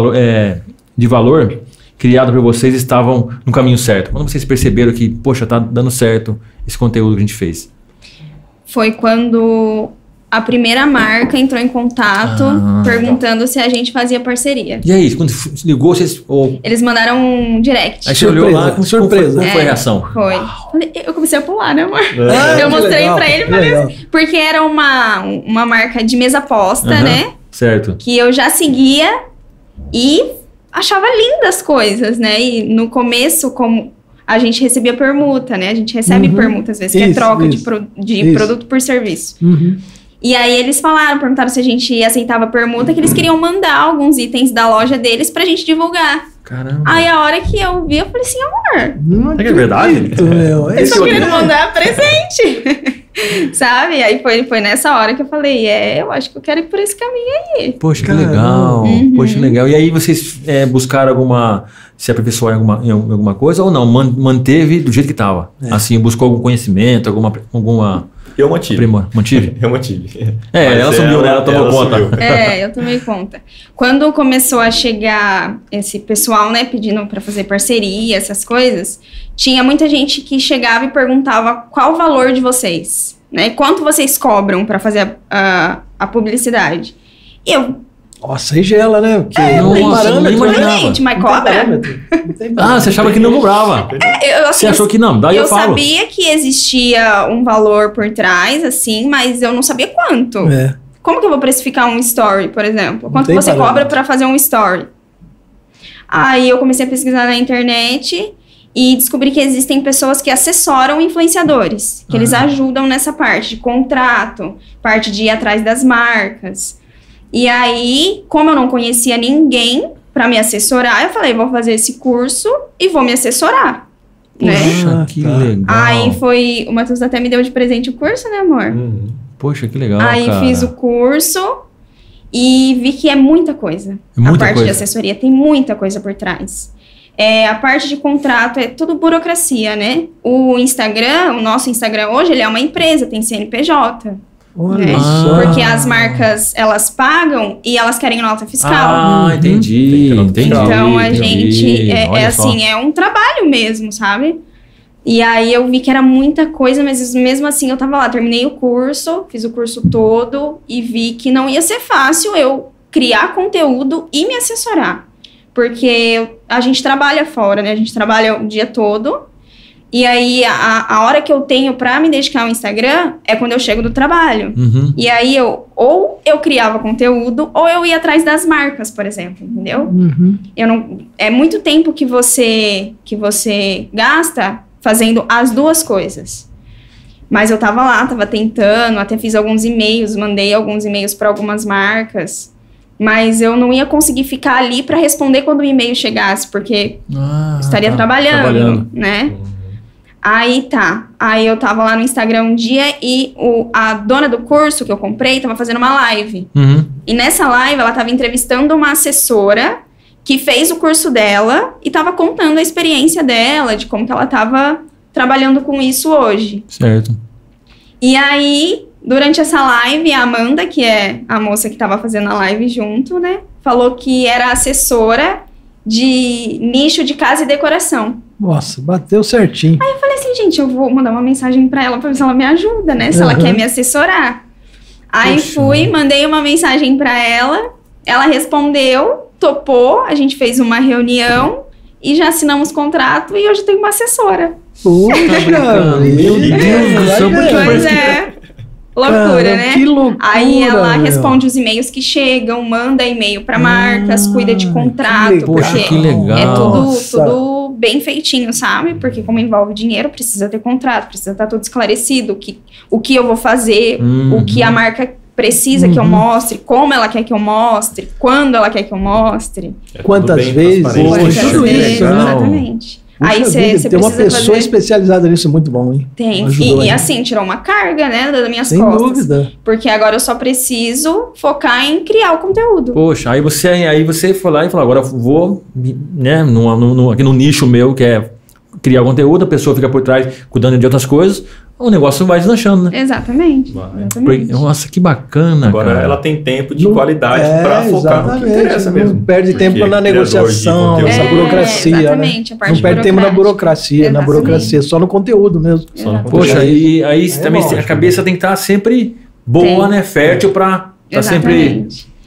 valor criado por vocês estavam no caminho certo? Quando vocês perceberam que, poxa, tá dando certo esse conteúdo que a gente fez? Foi quando a primeira marca entrou em contato perguntando se a gente fazia parceria. E aí, quando ligou, vocês... Eles mandaram um direct. Aí você olhou lá, com surpresa. Como foi a reação? Foi. Eu comecei a pular, né, amor? Eu mostrei pra ele, porque era uma marca de mesa posta, né? Certo. Que eu já seguia e achava lindas as coisas, né? E no começo, como a gente recebia permuta, né? A gente recebe permuta às vezes, que é troca de produto por serviço. E aí eles perguntaram se a gente aceitava permuta, que eles queriam mandar alguns itens da loja deles pra gente divulgar. Caramba. Aí a hora que eu vi, eu falei assim, amor... Não é verdade? Eles estão querendo mandar presente. Sabe? Aí foi nessa hora que eu falei, eu acho que eu quero ir por esse caminho aí. Poxa, que legal. Poxa, que legal. E aí vocês buscaram se aperfeiçoar em alguma coisa ou não? Manteve do jeito que estava? Assim, buscou algum conhecimento, alguma... Eu mantive. Mantive? Eu mantive. Ela subiu, né? Ela tomou conta. Eu tomei conta. Quando começou a chegar esse pessoal, né, pedindo para fazer parceria, essas coisas, tinha muita gente que chegava e perguntava qual o valor de vocês, né? Quanto vocês cobram para fazer a publicidade? E eu... Nossa, aí gela, né? Porque não tem parâmetro, né? Gente, mas cobra? Você achava que não cobrava. Você achou que não? Daí eu falo. Eu sabia que existia um valor por trás, assim, mas eu não sabia quanto. Como que eu vou precificar um story, por exemplo? Quanto você cobra para fazer um story? Aí eu comecei a pesquisar na internet e descobri que existem pessoas que assessoram influenciadores, que eles ajudam nessa parte de contrato, parte de ir atrás das marcas. E aí, como eu não conhecia ninguém para me assessorar, eu falei, vou fazer esse curso e vou me assessorar. Poxa, né? que legal. Aí foi... O Matheus até me deu de presente o curso, né, amor? Poxa, que legal, Aí cara. fiz o curso e vi que é muita coisa. Muita a parte coisa. de assessoria tem muita coisa por trás. A parte de contrato é tudo burocracia, né? O Instagram, o nosso Instagram hoje, ele é uma empresa, tem CNPJ. Olha só. Porque as marcas, elas pagam e elas querem nota fiscal. Entendi. Então a gente, Olha só. assim, é um trabalho mesmo, sabe? E aí eu vi que era muita coisa, mas mesmo assim eu tava lá, terminei o curso, fiz o curso todo e vi que não ia ser fácil eu criar conteúdo e me assessorar. Porque a gente trabalha fora, né? A gente trabalha o dia todo E aí, a hora que eu tenho pra me dedicar ao Instagram é quando eu chego do trabalho. E aí, ou eu criava conteúdo, ou eu ia atrás das marcas, por exemplo, entendeu? É muito tempo que você gasta fazendo as duas coisas. Mas eu tava tentando, até fiz alguns e-mails, mandei alguns e-mails para algumas marcas, mas eu não ia conseguir ficar ali para responder quando o e-mail chegasse, porque estaria trabalhando, né? Aí eu tava lá no Instagram um dia e a dona do curso que eu comprei tava fazendo uma live. E nessa live ela tava entrevistando uma assessora que fez o curso dela e tava contando a experiência dela, de como que ela tava trabalhando com isso hoje. Certo. E aí, durante essa live, a Amanda, que é a moça que tava fazendo a live junto, né, falou que era assessora de nicho de casa e decoração. Nossa, bateu certinho. Aí eu falei assim, gente, eu vou mandar uma mensagem pra ela ver se ela me ajuda, né? Se ela quer me assessorar. Aí mandei uma mensagem pra ela, ela respondeu, topou, a gente fez uma reunião e já assinamos contrato e hoje eu tenho uma assessora. Puxa, meu Deus do céu, pois é. Loucura, né? Que loucura. Aí ela responde os e-mails que chegam, manda e-mail para marcas, cuida de contrato, Poxa, porque que legal. é tudo bem feitinho, sabe? Porque como envolve dinheiro, precisa ter contrato, precisa estar tudo esclarecido, o que eu vou fazer, o que a marca precisa que eu mostre, como ela quer que eu mostre, quando ela quer que eu mostre. Quantas vezes? Tudo isso, exatamente. Puxa aí você tem uma pessoa especializada nisso, é muito bom, hein? Tem. E assim, tirou uma carga, né, das minhas Sem costas. Sem dúvida. Porque agora eu só preciso focar em criar o conteúdo. Poxa, aí você foi lá e falou, agora eu vou, né, aqui no nicho meu, que é criar o conteúdo, a pessoa fica por trás cuidando de outras coisas, o negócio vai deslanchando, né? Exatamente. Nossa, que bacana, agora cara. Ela tem tempo de qualidade para focar no que interessa mesmo. Não perde tempo na negociação, nessa burocracia. Exatamente, né? Não perde tempo na burocracia, só no conteúdo mesmo. Poxa, e aí também a cabeça tem que estar sempre boa, né? Fértil para sempre...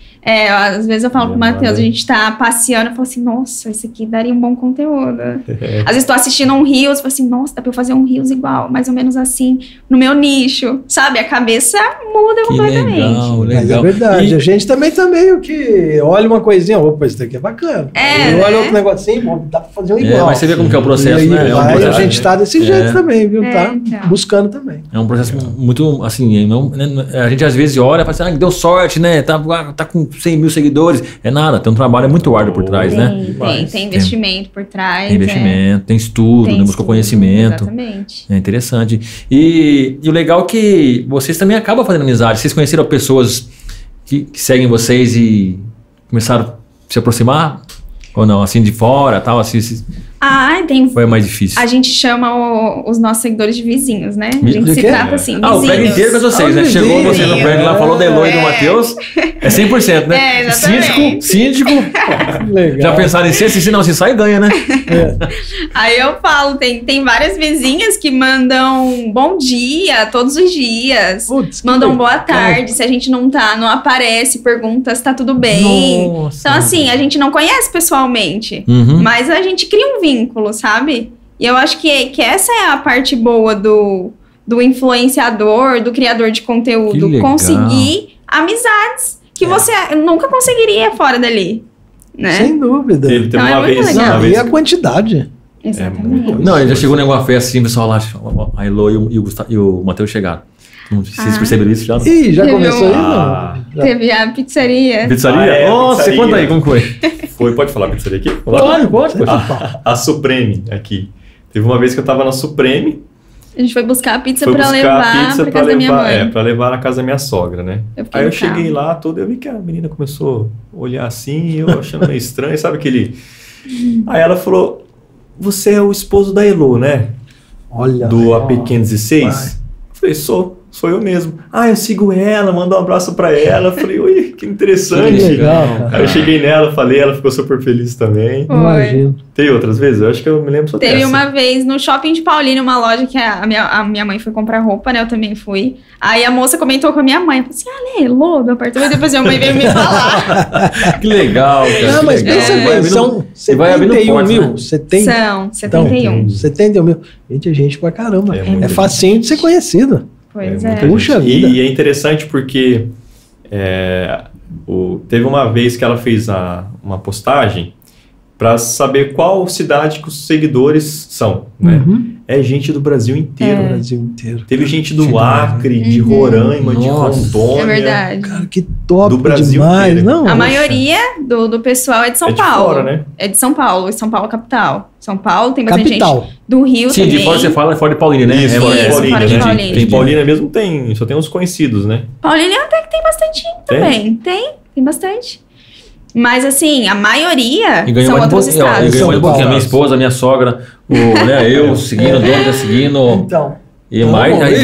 Às vezes eu falo pro Matheus, a gente tá passeando, eu falo assim, nossa, isso aqui daria um bom conteúdo. Às vezes tô assistindo um Reels, eu falo assim, nossa, dá pra eu fazer um Reels igual, mais ou menos assim, no meu nicho, sabe? A cabeça muda completamente. Legal. Mas é verdade, a gente também tá meio que olha uma coisinha, opa, isso daqui é bacana. Olha outro negocinho, dá pra fazer um igual. Mas você vê como que é o processo, aí, né? A gente tá desse jeito também, viu? Tá buscando também. É um processo muito, assim, a gente às vezes olha e fala assim, deu sorte, né? Tá com 100 mil seguidores, é nada, tem um trabalho muito árduo por trás, né? Tem investimento por trás. Tem investimento, tem estudo, né? Busca conhecimento. Exatamente. É interessante. E o legal é que vocês também acabam fazendo amizade. Vocês conheceram pessoas que seguem vocês e começaram a se aproximar? Ou não? Assim, de fora, tal, assim... Foi mais difícil. A gente chama os nossos seguidores de vizinhos, né? A gente se trata assim, vizinhos. O prédio inteiro com vocês, né? Chegou você no prédio lá, falou da Elo e do Matheus. É 100%, né? Exatamente. Síndico. Legal. Já pensaram em ser? Se não, se sai, ganha, né? Aí eu falo, tem várias vizinhas que mandam bom dia todos os dias. Mandam boa tarde. Se a gente não aparece, pergunta se tá tudo bem. Nossa. Então, assim, a gente não conhece pessoalmente. Mas a gente cria um vínculo, sabe? E eu acho que essa é a parte boa do influenciador, do criador de conteúdo. Conseguir amizades que você nunca conseguiria fora dali, né? Sem dúvida. Então uma vez. E a quantidade. Exatamente. Não, ele já chegou em alguma festa assim, o pessoal lá, a Elo e o Matheus chegaram. Vocês perceberam isso já? Ih, já começou aí, não? Teve a pizzaria. Pizzaria? Nossa, pizzaria. Conta aí, como foi? Pode falar pizzaria aqui? Pode. A Supreme aqui. Teve uma vez que eu tava na Supreme. A gente foi buscar a pizza pra levar pra casa da minha mãe. Pra levar na casa da minha sogra, né? Aí eu cheguei lá, eu vi que a menina começou a olhar assim, eu achando meio estranho, sabe aquele... Aí ela falou, você é o esposo da Elo, né? Olha. Do AP506? Eu falei, sou sou eu mesmo. Ah, eu sigo ela, mando um abraço pra ela. Eu falei, ui, que interessante. Que legal, cara. Aí eu cheguei nela, falei, ela ficou super feliz também. Imagino. Tem outras vezes? Eu acho que eu me lembro só dessa. Teve uma vez no shopping de Paulínia, uma loja que a minha mãe foi comprar roupa, né? Eu também fui. Aí a moça comentou com a minha mãe, falou assim, Ale, Lô, do apartamento. Depois minha mãe veio me falar. Que legal, cara. Não, mas pensa bem, são 71 mil. Né? São 71. Então, 71 mil. Gente, é gente pra caramba. É facinho de ser conhecido. Pois é. Puxa vida. E é interessante porque teve uma vez que ela fez uma postagem para saber qual cidade que os seguidores são, né? É gente do Brasil inteiro. Brasil inteiro. Teve gente do Acre, de Roraima, de Rondônia. É verdade. Cara, que top do Brasil demais. inteiro. Não, A maioria do pessoal é de São Paulo. Fora, né? É de São Paulo, São Paulo capital. São Paulo tem bastante capital. gente do Rio Sim, também. de fora você fala, fora de Paulínia, né? Isso, fora de Paulínia, fora de né? Paulínia. Em Paulínia mesmo só tem uns conhecidos, né? Paulínia até que tem bastante também. Tem bastante. Mas assim, a maioria são outros estados. E ganhou um pouquinho a minha esposa, a minha sogra, eu seguindo, o Dona seguindo. Então. E mais a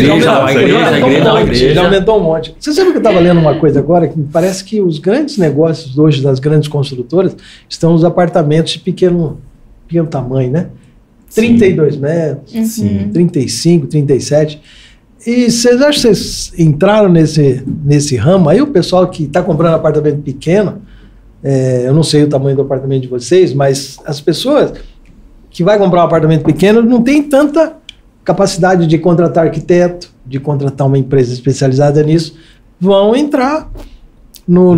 igreja. Já aumentou um monte. Você sabe que eu estava lendo uma coisa agora, que parece que os grandes negócios hoje das grandes construtoras estão nos apartamentos de pequeno tamanho, né? 32 metros, Sim. 35, 37. E vocês acham que vocês entraram nesse ramo? Aí o pessoal que está comprando apartamento pequeno, eu não sei o tamanho do apartamento de vocês, mas as pessoas que vai comprar um apartamento pequeno não tem tanta capacidade de contratar arquiteto, de contratar uma empresa especializada nisso, vão entrar no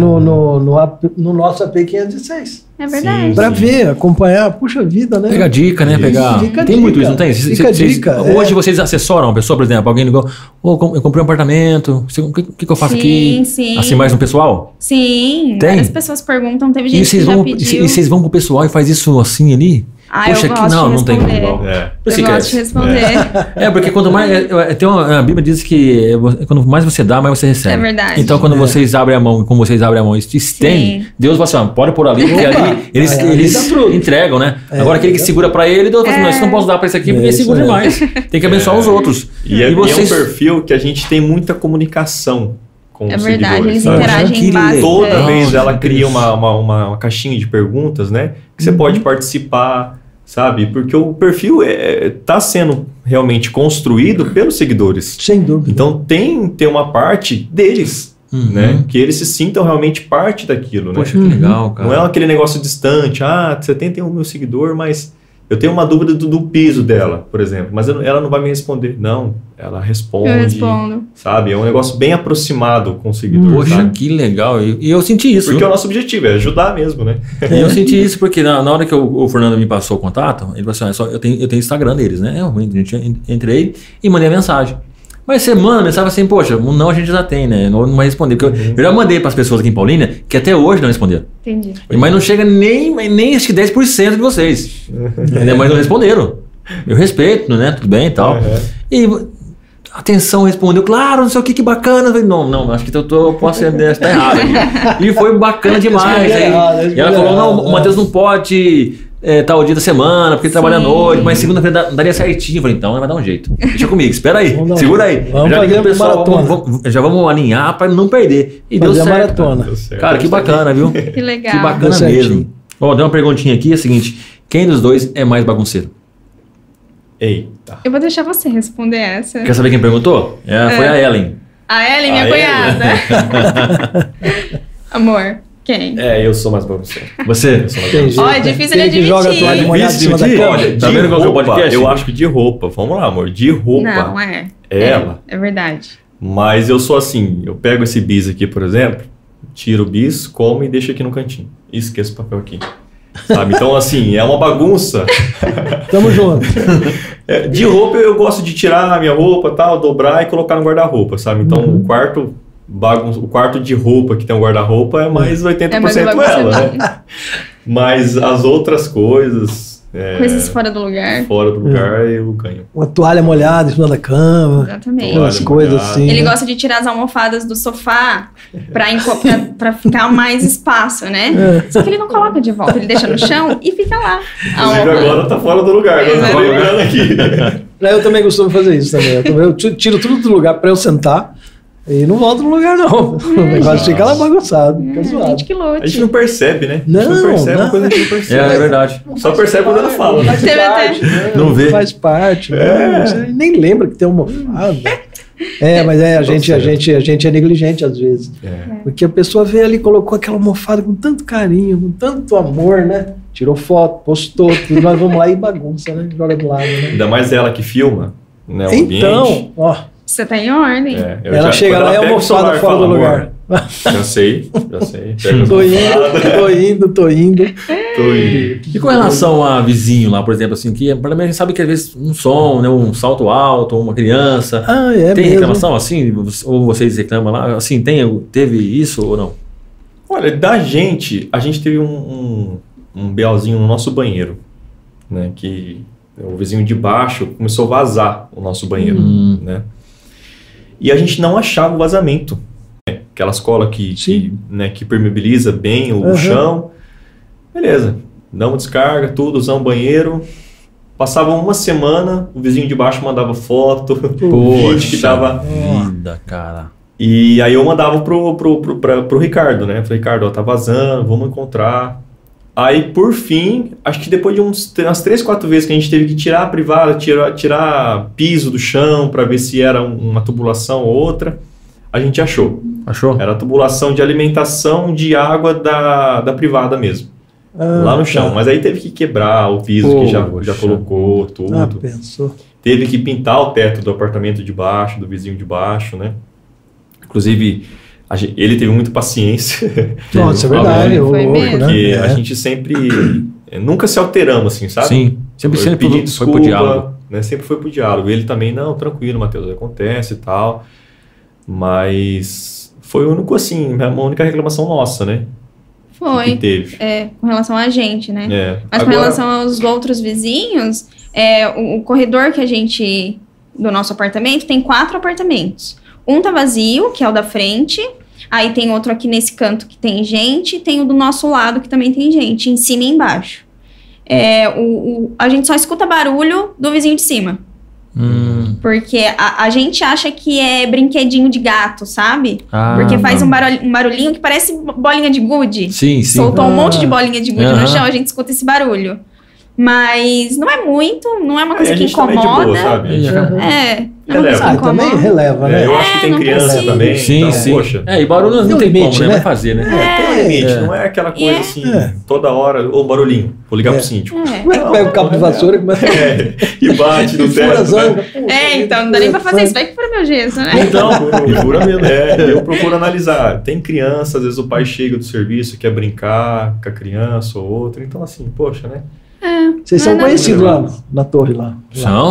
nosso AP 506. É verdade. Para ver, acompanhar, puxa vida, né? Pega dica, né? Tem muito isso, não tem? Hoje vocês assessoram uma pessoa, por exemplo, alguém ligou, eu comprei um apartamento, o que eu faço aqui? Sim. Assim, mais um pessoal? Sim, tem? Várias pessoas perguntam, teve gente que já pediu. E vocês vão pro pessoal e faz isso assim ali? Poxa, eu gosto de não tem responder. Eu gosto de responder. Porque quanto mais... a Bíblia diz que quanto mais você dá, mais você recebe. É verdade. Então, quando vocês abrem a mão, como vocês abrem a mão e estendem, Deus vai assim, pode pôr ali, porque ali eles entregam, né? Agora, aquele que segura pra ele, Deus fala assim, não, isso não posso dar pra esse aqui, porque ele segura demais. Tem que abençoar os outros. E vocês... é um perfil que a gente tem muita comunicação com os verdade, seguidores. eles interagem bastante. Toda vez ela cria uma caixinha de perguntas, né? Que você pode participar, sabe? Porque o perfil está sendo realmente construído pelos seguidores. Sem dúvida. Então tem uma parte deles, né? Que eles se sintam realmente parte daquilo, né? Poxa, que legal, cara. Não é aquele negócio distante, 71 mil seguidores, mas eu tenho uma dúvida do piso dela, por exemplo, mas ela não vai me responder. Não, ela responde. Eu respondo. Sabe? É um negócio bem aproximado com o seguidor. Poxa, sabe? que legal. E eu senti isso. Porque o nosso objetivo é ajudar mesmo, né? Eu senti isso porque na hora que o Fernando me passou o contato, ele falou assim, eu tenho Instagram deles, né? Eu entrei e mandei a mensagem. Mas você manda a mensagem assim, poxa, não a gente já tem, né? Não vai responder. Porque eu já mandei para as pessoas aqui em Paulínia que até hoje não responderam. Entendi. Mas não chega nem acho que 10% de vocês. Mas não responderam. Eu respeito, né? Tudo bem e tal. E atenção, respondeu, claro, não sei o que bacana. Eu falei, não, acho que eu posso estar errado. E foi bacana demais. E ela falou, não, o Matheus não pode... tal dia da semana, porque ele trabalha à noite, mas segunda-feira daria certinho. Eu falei, então vai dar um jeito. Deixa comigo, espera aí, segura aí. Já vamos alinhar para não perder. E deu certo. Maratona. Cara, que bacana, viu? Que legal. Que bacana mesmo. Deu uma perguntinha aqui, é a seguinte, quem dos dois é mais bagunceiro? Eita. Eu vou deixar você responder essa. Quer saber quem perguntou? Foi a Ellen. A Ellen, minha cunhada. Amor. Quem? Eu sou mais bagunceiro. Você? É difícil ele admitir. Que joga a toalha molhada em cima da cama. Olha, tá vendo qual que é o podcast? Eu acho que de roupa. Vamos lá, amor. De roupa. Não, é. Ela. É verdade. Mas eu sou assim, eu pego esse bis aqui, por exemplo, tiro o bis, como e deixo aqui no cantinho. E esqueço o papel aqui. Sabe? Então, assim, é uma bagunça. Tamo junto. De roupa, eu gosto de tirar a minha roupa, tal, dobrar e colocar no guarda-roupa, sabe? Então, o quarto de roupa que tem um guarda-roupa é mais 80% ela, né? Mas as outras coisas, Coisas fora do lugar. Fora do lugar, eu ganho. Uma toalha molhada em cima da cama. Exatamente. Umas coisas assim. Ele gosta de tirar as almofadas do sofá pra ficar mais espaço, né? Só que ele não coloca de volta, ele deixa no chão e fica lá. Inclusive agora tá fora do lugar, agora tô lembrando aqui. Eu também costumo fazer isso também. Eu tiro tudo do lugar pra eu sentar. E não volta no lugar, não. O negócio fica lá bagunçado, fica zoado. Gente que lute. A gente não percebe, né? Não, a gente não percebe, não. uma coisa que a gente não percebe. É verdade. Só percebe quando ela fala. Né? Faz parte, né? Não vê. Faz parte. Né? Você nem lembra que tem almofada. Mas a gente é negligente às vezes. Porque a pessoa veio ali e colocou aquela almofada com tanto carinho, com tanto amor, né? Tirou foto, postou, tudo. Nós vamos lá e bagunça, né? Joga do lado, né? Ainda mais ela que filma, né? O Então, ambiente. ó. Você tá em ordem. Ela chega lá e a almofada fora do lugar. Já sei. Tô indo. E com relação a vizinho lá, por exemplo, assim, que a gente sabe que às vezes um som, né, um salto alto, uma criança. Tem mesmo. reclamação assim? Ou vocês reclamam lá? Assim, teve isso ou não? Olha, a gente teve um BOzinho no nosso banheiro, né? Que o vizinho de baixo começou a vazar o nosso banheiro, né? E a gente não achava o vazamento. Né? Aquelas colas que permeabiliza bem o chão. Beleza, damos descarga, tudo, usamos o banheiro. Passava uma semana, o vizinho de baixo mandava foto, vídeo que tava... Vida, cara. E aí eu mandava pro Ricardo, né? Falei, Ricardo, ó, tá vazando, vamos encontrar. Aí, por fim, acho que depois de umas 3, 4 vezes que a gente teve que tirar a privada, tirar piso do chão para ver se era uma tubulação ou outra, a gente achou. Achou? Era a tubulação de alimentação de água da privada mesmo. Lá no chão. Mas aí teve que quebrar o piso que já colocou, tudo. Pensou. Teve que pintar o teto do apartamento de baixo, do vizinho de baixo, né? Inclusive... ele teve muita paciência. Nossa, é verdade. Foi mesmo. Porque a gente sempre... nunca se alteramos, assim, sabe? Sim, sempre pedi desculpa, foi pro diálogo. Né? Sempre foi pro diálogo. Ele também, não, tranquilo, Matheus, acontece e tal. Mas foi o único, assim, a única reclamação nossa, né? Foi. Que teve. Com relação a gente, né? Mas Agora, com relação aos outros vizinhos, o corredor do nosso apartamento tem 4 apartamentos. Um tá vazio, que é o da frente. Aí tem outro aqui nesse canto que tem gente. Tem o do nosso lado que também tem gente, em cima e embaixo. A gente só escuta barulho do vizinho de cima. Porque a gente acha que é brinquedinho de gato, sabe? Porque faz um barulhinho que parece bolinha de gude. Sim. Soltou um monte de bolinha de gude no chão, a gente escuta esse barulho. Mas não é muito, não é uma coisa que incomoda. Tá de boa, sabe? Não é uma coisa que incomoda. Também releva, né? Eu acho que tem criança precisa. também. Sim. Poxa. E barulho não tem limite, como, né? né? Vai fazer, né? Tem um limite, não é aquela coisa assim, toda hora, ou barulhinho, vou ligar pro síndico. Como é que pega o cabo de vassoura e começa E bate no teto. Então não dá nem pra fazer isso, vai que fura meu gesso, né? Então, fura mesmo. Eu procuro analisar. Tem criança, às vezes o pai chega do serviço, quer brincar com a criança ou outra, então assim, poxa, né? Vocês são conhecidos lá na torre lá. São,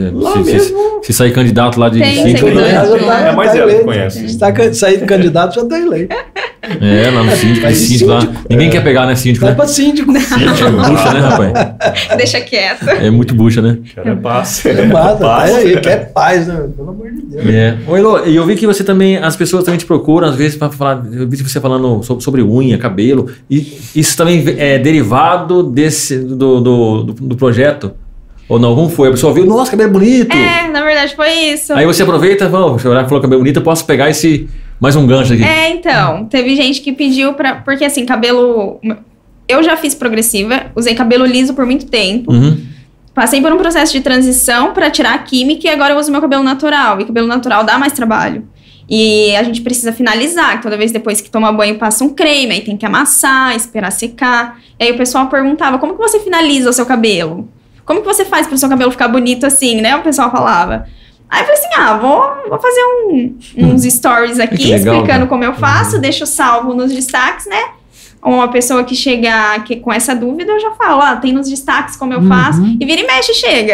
se sair candidato lá de síndico, É mais ela que conhece. Se sair candidato, já tá eleito. lá no síndico, Vai de síndico lá. síndico. Ninguém quer pegar, né, síndico, Vai né? pra síndico. Síndico, bucha, né, rapaz? Deixa quieto. É muito bucha, né? Cara, passa. Mata, aí, quer paz, né? Pelo amor de Deus. Ô, Elô, e eu vi que você também, as pessoas também te procuram, às vezes, para falar, eu vi você falando sobre unha, cabelo, e isso também é derivado do projeto? Ou não? Como foi? A pessoa viu, nossa, cabelo bonito! Na verdade foi isso. Aí você aproveita e fala, falou cabelo bonito, eu posso pegar mais um gancho aqui. Então, teve gente que pediu porque assim, cabelo... Eu já fiz progressiva, usei cabelo liso por muito tempo. Passei por um processo de transição para tirar a química e agora eu uso meu cabelo natural. E cabelo natural dá mais trabalho. E a gente precisa finalizar. Toda vez depois que toma banho passa um creme, aí tem que amassar, esperar secar. E aí o pessoal perguntava, como que você finaliza o seu cabelo? Como que você faz para o seu cabelo ficar bonito assim, né? O pessoal falava. Aí eu falei assim, vou fazer uns stories aqui legal, explicando como eu faço, deixo salvo nos destaques, né? Uma pessoa que chega com essa dúvida, eu já falo, tem nos destaques como eu faço, e vira e mexe chega.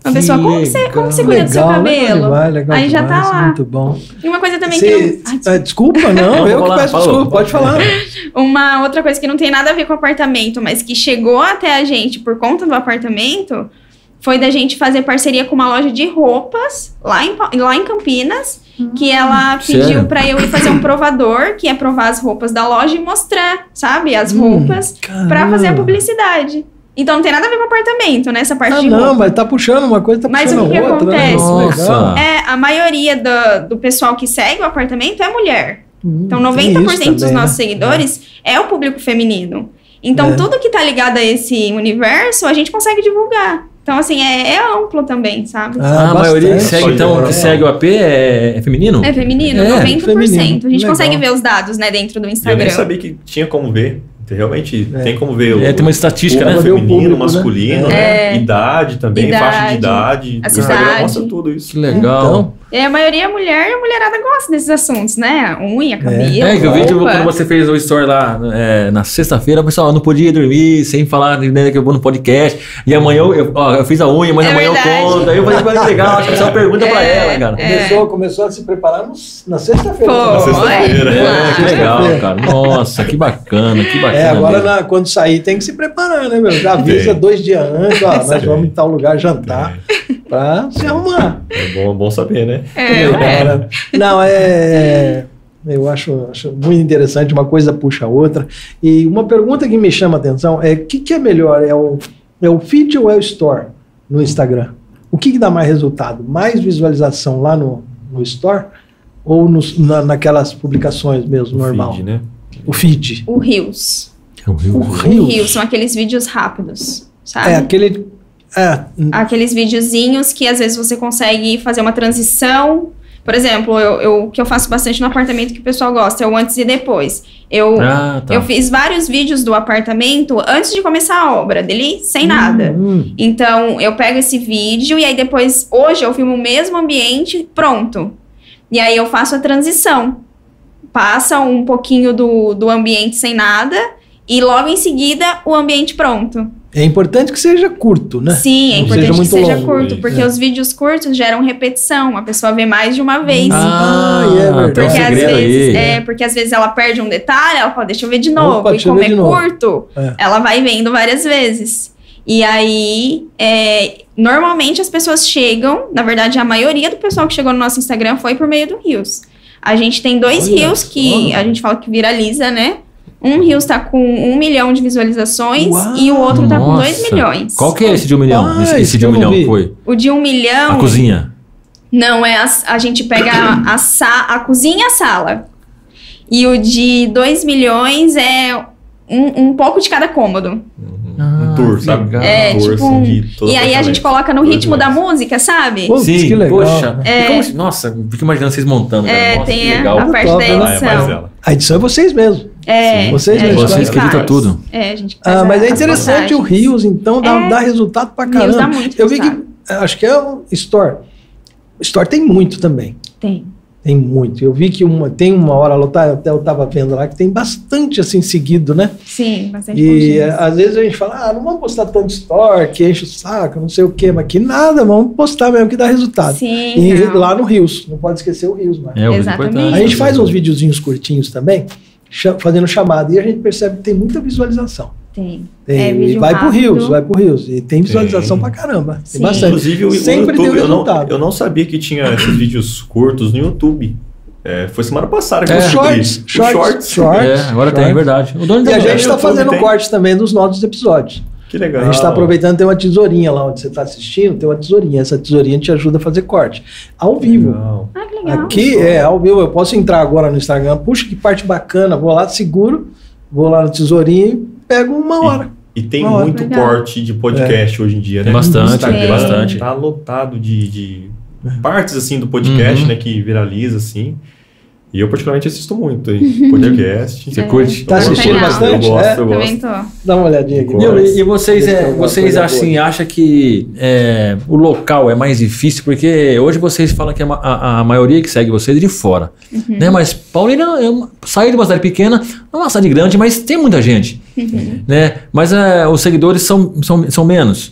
Uma pessoa, como você cuida do seu cabelo? Legal aí já tá lá. Muito bom. E uma coisa também Desculpa, não, eu que peço desculpa, pode falar. Uma outra coisa que não tem nada a ver com o apartamento, mas que chegou até a gente por conta do apartamento, foi da gente fazer parceria com uma loja de roupas lá em Campinas, que ela pediu pra eu ir fazer um provador, que é provar as roupas da loja e mostrar, sabe, as roupas, pra fazer a publicidade. Então não tem nada a ver com apartamento, né? Essa parte de roupa. Não, mas tá puxando uma coisa, tá puxando outra. Mas o que acontece? Nossa. A maioria do pessoal que segue o apartamento é mulher. Então 90% dos nossos seguidores é o público feminino. Então tudo que tá ligado a esse universo, a gente consegue divulgar. Então, assim, é amplo também, sabe? A maioria que segue, que segue o AP é feminino? É feminino, 90%. Feminino. A gente consegue ver os dados, né, dentro do Instagram. Eu nem sabia que tinha como ver. Realmente tem como ver tem uma estatística, né? Feminino, público, masculino, né? Idade também, faixa de idade. A o Instagram mostra tudo isso. Que legal. Então, a maioria é mulher e a mulherada gosta desses assuntos, né? Unha, cabelo, que eu vi quando você fez o story lá na sexta-feira, o pessoal não podia dormir sem falar que eu vou no podcast. E amanhã eu fiz a unha, mas amanhã eu conto. Aí eu falei, legal, acho que o pessoal pergunta pra ela, cara. Começou a se preparar na sexta-feira. Na sexta-feira. Que legal, cara. Nossa, que bacana, que bacana. Agora quando sair tem que se preparar, né, meu? Já avisa 2 dias antes, nós vamos em tal lugar jantar pra se arrumar. É bom saber, né? Não, eu acho muito interessante, uma coisa puxa a outra. E uma pergunta que me chama a atenção é: o que é melhor? É o feed ou é o store no Instagram? O que dá mais resultado? Mais visualização lá no store ou naquelas publicações mesmo, normal? Feed, né? O feed. O Reels. O Reels são aqueles vídeos rápidos, sabe? Aqueles videozinhos que às vezes você consegue fazer uma transição. Por exemplo, o que eu faço bastante no apartamento que o pessoal gosta é o antes e depois. Eu fiz vários vídeos do apartamento antes de começar a obra dele, sem nada. Então, eu pego esse vídeo e aí depois, hoje eu filmo o mesmo ambiente, pronto. E aí eu faço a transição. Passa um pouquinho do ambiente sem nada e logo em seguida o ambiente pronto. É importante que seja curto, né? Sim, é importante que seja curto, porque os vídeos curtos geram repetição, a pessoa vê mais de uma vez. Porque às vezes ela perde um detalhe, ela fala, deixa eu ver de novo. E como é curto, ela vai vendo várias vezes. E aí, normalmente as pessoas chegam, na verdade a maioria do pessoal que chegou no nosso Instagram foi por meio do Reels. A gente tem 2 Reels que a gente fala que viraliza, né? Um Reels tá com 1 milhão de visualizações e o outro tá com 2 milhões. Qual que é esse de 1 milhão? Esse de 1 milhão foi? O de 1 milhão... A cozinha? Não, a gente pega a cozinha e a sala. E o de 2 milhões é um pouco de cada cômodo. Um tour, sabe? E aí a gente coloca no ritmo da música, sabe? Sim, que legal. Poxa. Nossa, fico imaginando vocês montando. Nossa, tem que legal. a parte da edição. A edição é vocês mesmos. Vocês que editam tudo. A gente faz mas é interessante o Reels, então dá resultado pra caramba. Dá muito eu vi que, acho que é o Store. O Store tem muito também. Tem muito. Eu vi que tem uma hora, até eu tava vendo lá, que tem bastante assim seguido, né? Sim, bastante. E às vezes a gente fala, não vamos postar tanto Store, que enche o saco, não sei o quê, mas que nada, vamos postar mesmo que dá resultado. Sim. E lá no Reels, não pode esquecer o Reels, mas. Exatamente. A gente faz uns videozinhos curtinhos também, fazendo chamada, e a gente percebe que tem muita visualização. Tem. Vai pro Reels. E tem visualização pra caramba. Tem bastante. Inclusive, sempre YouTube, tem resultado. Eu não sabia que tinha esses vídeos curtos no YouTube. Foi semana passada que eu Shorts. Agora tem, é verdade. E a gente tá fazendo corte também dos nossos episódios. Que legal. A gente tá aproveitando, tem uma tesourinha lá onde você tá assistindo, tem uma tesourinha. Essa tesourinha te ajuda a fazer corte. Ao vivo. Que legal. Aqui ao vivo. Eu posso entrar agora no Instagram, puxa, que parte bacana, vou lá, seguro, vou lá na tesourinha e pego 1 hora. E tem muito corte de podcast hoje em dia, né? Tem bastante. Tá lotado de partes, assim, do podcast, né? Que viraliza, assim. E eu, particularmente, assisto muito aí. Podcast. Você curte? Tá assistindo bastante? Eu gosto. Dá uma olhadinha aqui. E vocês acham que o local é mais difícil? Porque hoje vocês falam que a maioria que segue vocês é de fora. Né? Mas Paulínia saiu de uma cidade pequena, não é uma cidade grande, mas tem muita gente. Né? Mas os seguidores são menos.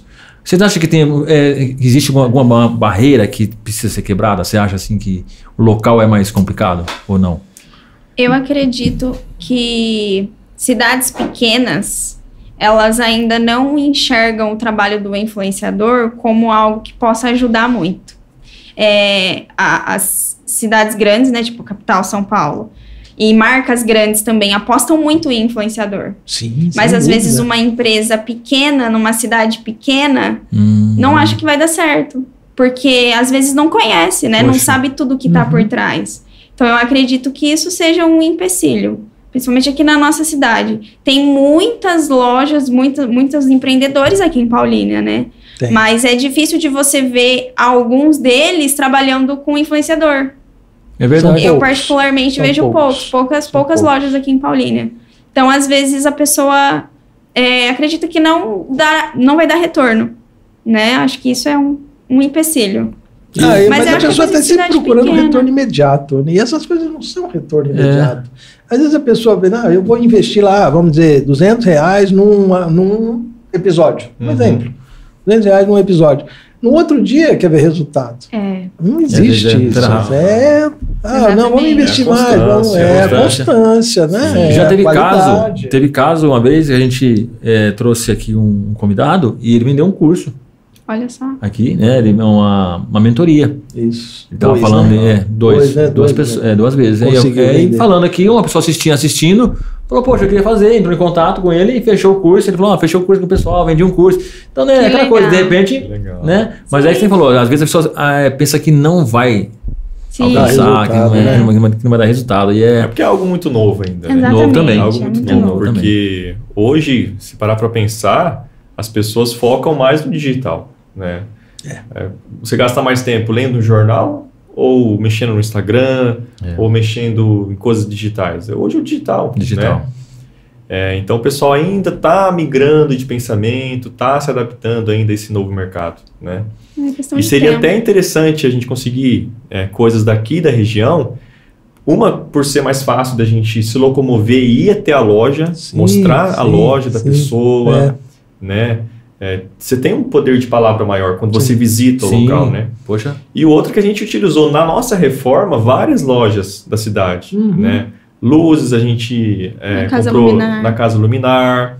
Você acha que existe alguma barreira que precisa ser quebrada? Você acha assim que o local é mais complicado ou não? Eu acredito que cidades pequenas, elas ainda não enxergam o trabalho do influenciador como algo que possa ajudar muito. As cidades grandes, né, tipo capital, São Paulo, e marcas grandes também apostam muito em influenciador. Sim, mas às vezes uma empresa pequena, numa cidade pequena, não acha que vai dar certo. Porque às vezes não conhece, né? Poxa. Não sabe tudo que está por trás. Então eu acredito que isso seja um empecilho. Principalmente aqui na nossa cidade. Tem muitas lojas, muitos empreendedores aqui em Paulínia, né? Tem. Mas é difícil de você ver alguns deles trabalhando com influenciador. É verdade. Eu particularmente vejo poucas lojas aqui em Paulínia. Então, às vezes, a pessoa acredita que não vai dar retorno, né? Acho que isso é um empecilho. Mas a pessoa está sempre procurando retorno imediato, né? E essas coisas não são retorno imediato. Às vezes a pessoa vê, eu vou investir lá, vamos dizer, R$200 num episódio. Um exemplo. R$200 num episódio. No outro dia quer ver resultado. Não existe isso. Não, vamos investir mais. A constância, né? Já teve caso uma vez que a gente trouxe aqui um convidado e ele vendeu um curso. Olha só. Aqui, né? Ele é uma mentoria. Isso. Ele estava falando duas vezes. Falando aqui, uma pessoa assistindo, falou, poxa, eu queria fazer, entrou em contato com ele e fechou o curso. Ele falou, fechou o curso com o pessoal, vendi um curso. Então, né, aquela legal. Coisa, de repente, né? Mas Sim. Aí você falou, às vezes a pessoa pensa que não vai alcançar, que não vai dar resultado. É porque é algo muito novo ainda. Né? Novo também. Algo muito novo. Porque hoje, se parar para pensar, as pessoas focam mais no digital. Né? Você gasta mais tempo lendo um jornal ou mexendo no Instagram ou mexendo em coisas digitais. Hoje é o digital. Né? Então o pessoal ainda está migrando de pensamento, está se adaptando ainda a esse novo mercado. Né? E seria até interessante a gente conseguir coisas daqui da região, uma por ser mais fácil da gente se locomover e ir até a loja, mostrar a loja da pessoa, né? Você tem um poder de palavra maior quando você visita o local, né? Poxa. E o outro que a gente utilizou na nossa reforma, várias lojas da cidade, né? Luzes a gente comprou na Casa Luminar.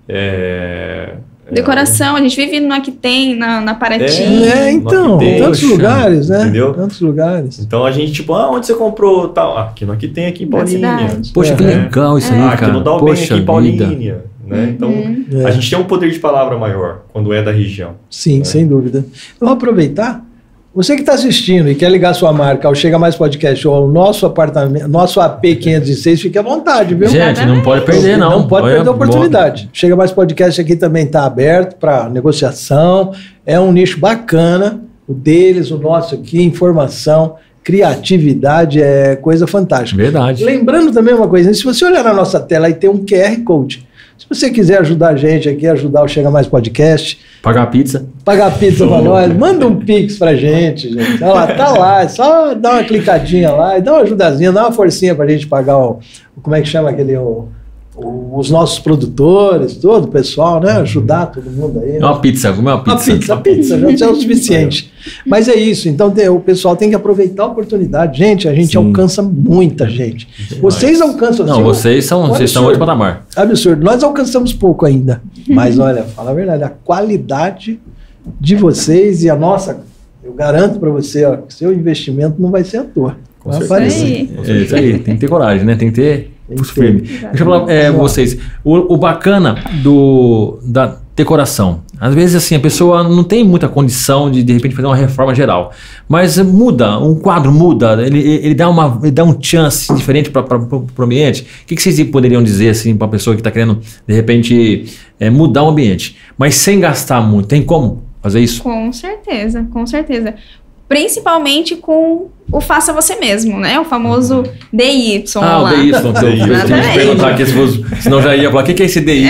Decoração, a gente vive no Aqui na Paraty. Então, tantos lugares, né? Entendeu? Tantos lugares. Então a gente, onde você comprou tal? Aqui no Aqui tem, aqui em Paulínia. Poxa, que legal isso aí, cara. Aqui no Dalben, aqui em Paulínia. Né? Então, a gente tem um poder de palavra maior quando é da região. Sim, né? Sem dúvida. Eu vou aproveitar. Você que está assistindo e quer ligar sua marca ao Chega Mais Podcast ou ao nosso apartamento, nosso AP 506, fique à vontade, viu? Gente, não pode perder, não. Não pode perder a oportunidade. Chega Mais Podcast aqui também está aberto para negociação. É um nicho bacana. O deles, o nosso aqui, informação, criatividade, é coisa fantástica. Verdade. Lembrando também uma coisa, se você olhar na nossa tela, aí tem um QR Code. Se você quiser ajudar a gente aqui, ajudar o Chega Mais Podcast. Pagar pizza pra nós. Manda um Pix pra gente. Olha lá, tá lá. É só dar uma clicadinha lá e dá uma ajudazinha, dá uma forcinha pra gente pagar como é que chama aquele... os nossos produtores, todo o pessoal, né? Ajudar todo mundo aí. Né? Uma pizza. A pizza já é o suficiente. Mas é isso, então o pessoal tem que aproveitar a oportunidade. Gente, a gente alcança muita gente. Vocês alcançam... Não, vocês estão outro patamar. Absurdo. Nós alcançamos pouco ainda. Mas olha, fala a verdade, a qualidade de vocês e a nossa, eu garanto para você, que seu investimento não vai ser à toa. Vai aparecer. Isso aí, tem que ter coragem, né? Tem que ter... Firme. Deixa eu falar vocês. O bacana da decoração. Às vezes assim, a pessoa não tem muita condição de repente fazer uma reforma geral. Mas muda, um quadro muda, ele dá um chance diferente para o ambiente. O que vocês poderiam dizer assim, para a pessoa que está querendo, de repente, mudar o ambiente? Mas sem gastar muito. Tem como fazer isso? Com certeza, com certeza. Principalmente com o faça você mesmo, né? O famoso DIY lá. O DIY. Eu tenho que perguntar aqui, senão já ia falar, o que é esse DI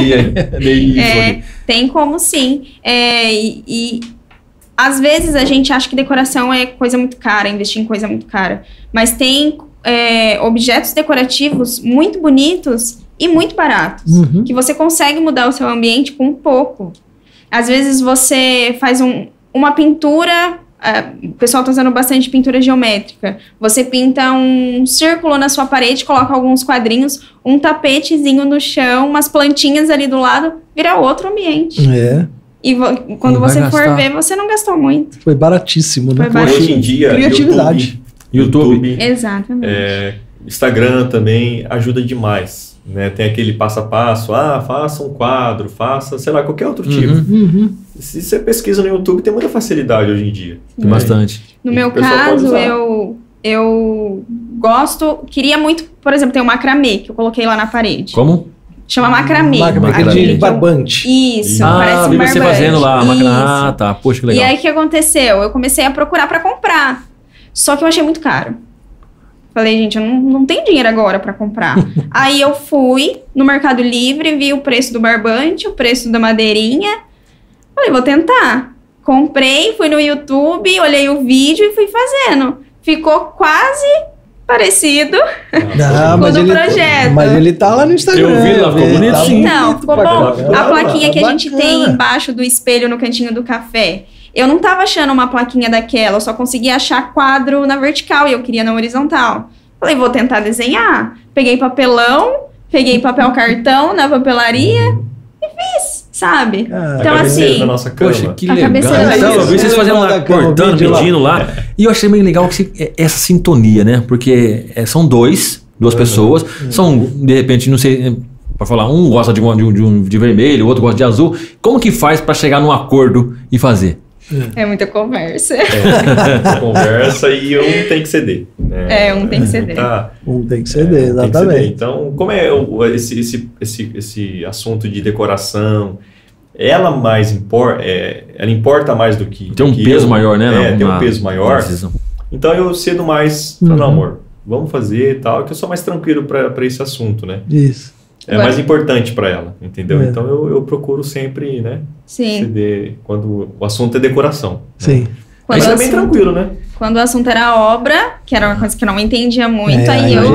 aí? Tem como sim. E às vezes a gente acha que decoração é coisa muito cara, investir em coisa muito cara. Mas tem objetos decorativos muito bonitos e muito baratos. Que você consegue mudar o seu ambiente com pouco. Às vezes você faz uma pintura, o pessoal está usando bastante pintura geométrica. Você pinta um círculo na sua parede, coloca alguns quadrinhos, um tapetezinho no chão, umas plantinhas ali do lado, vira outro ambiente. E quando você for ver, você não gastou muito. Foi baratíssimo, né? Foi baratíssimo. Hoje em dia, criatividade. YouTube. Exatamente. Instagram também ajuda demais. Né? Tem aquele passo a passo, faça um quadro, faça, sei lá, qualquer outro tipo. Se você pesquisa no YouTube, tem muita facilidade hoje em dia. Tem bastante. No meu caso, eu queria muito, por exemplo, tem um macramê que eu coloquei lá na parede. Como? Chama macramê. Macramê de barbante. Isso, parece um barbante. Você fazendo lá, tá, poxa, que legal. E aí, o que aconteceu? Eu comecei a procurar pra comprar, só que eu achei muito caro. Falei, gente, eu não tenho dinheiro agora pra comprar. Aí eu fui no Mercado Livre, vi o preço do barbante, o preço da madeirinha. Falei, vou tentar. Comprei, fui no YouTube, olhei o vídeo e fui fazendo. Ficou quase parecido com o do projeto. Mas ele tá lá no Instagram. Eu vi lá, ficou bonito. Então, ficou bom. A plaquinha que a gente tem embaixo do espelho no cantinho do café. Eu não tava achando uma plaquinha daquela, eu só conseguia achar quadro na vertical e eu queria na horizontal. Falei, vou tentar desenhar. Peguei papelão, peguei papel cartão na papelaria e fiz, sabe? Então, assim... da nossa cama. Poxa, que legal. Então, eu vi vocês fazendo lá, cortando, medindo lá. E eu achei bem legal essa sintonia, né? Porque são duas pessoas, são, de repente, não sei... Para falar, um gosta de vermelho, o outro gosta de azul. Como que faz para chegar num acordo e fazer? É muita conversa. Muita conversa e um tem que ceder. Né? Um tem que ceder. Um tem que ceder, exatamente. Então, como é esse assunto de decoração, ela importa mais do que... Tem um peso maior, né? Tem um peso maior. Então, eu cedo mais, não, amor, vamos fazer e tal, que eu sou mais tranquilo para esse assunto, né? Isso. É mais importante para ela, entendeu? Então eu procuro sempre, né? Sim. Ceder quando o assunto é decoração. Sim. Né? Mas é bem tranquilo, né? Quando o assunto era obra, que era uma coisa que eu não entendia muito, aí eu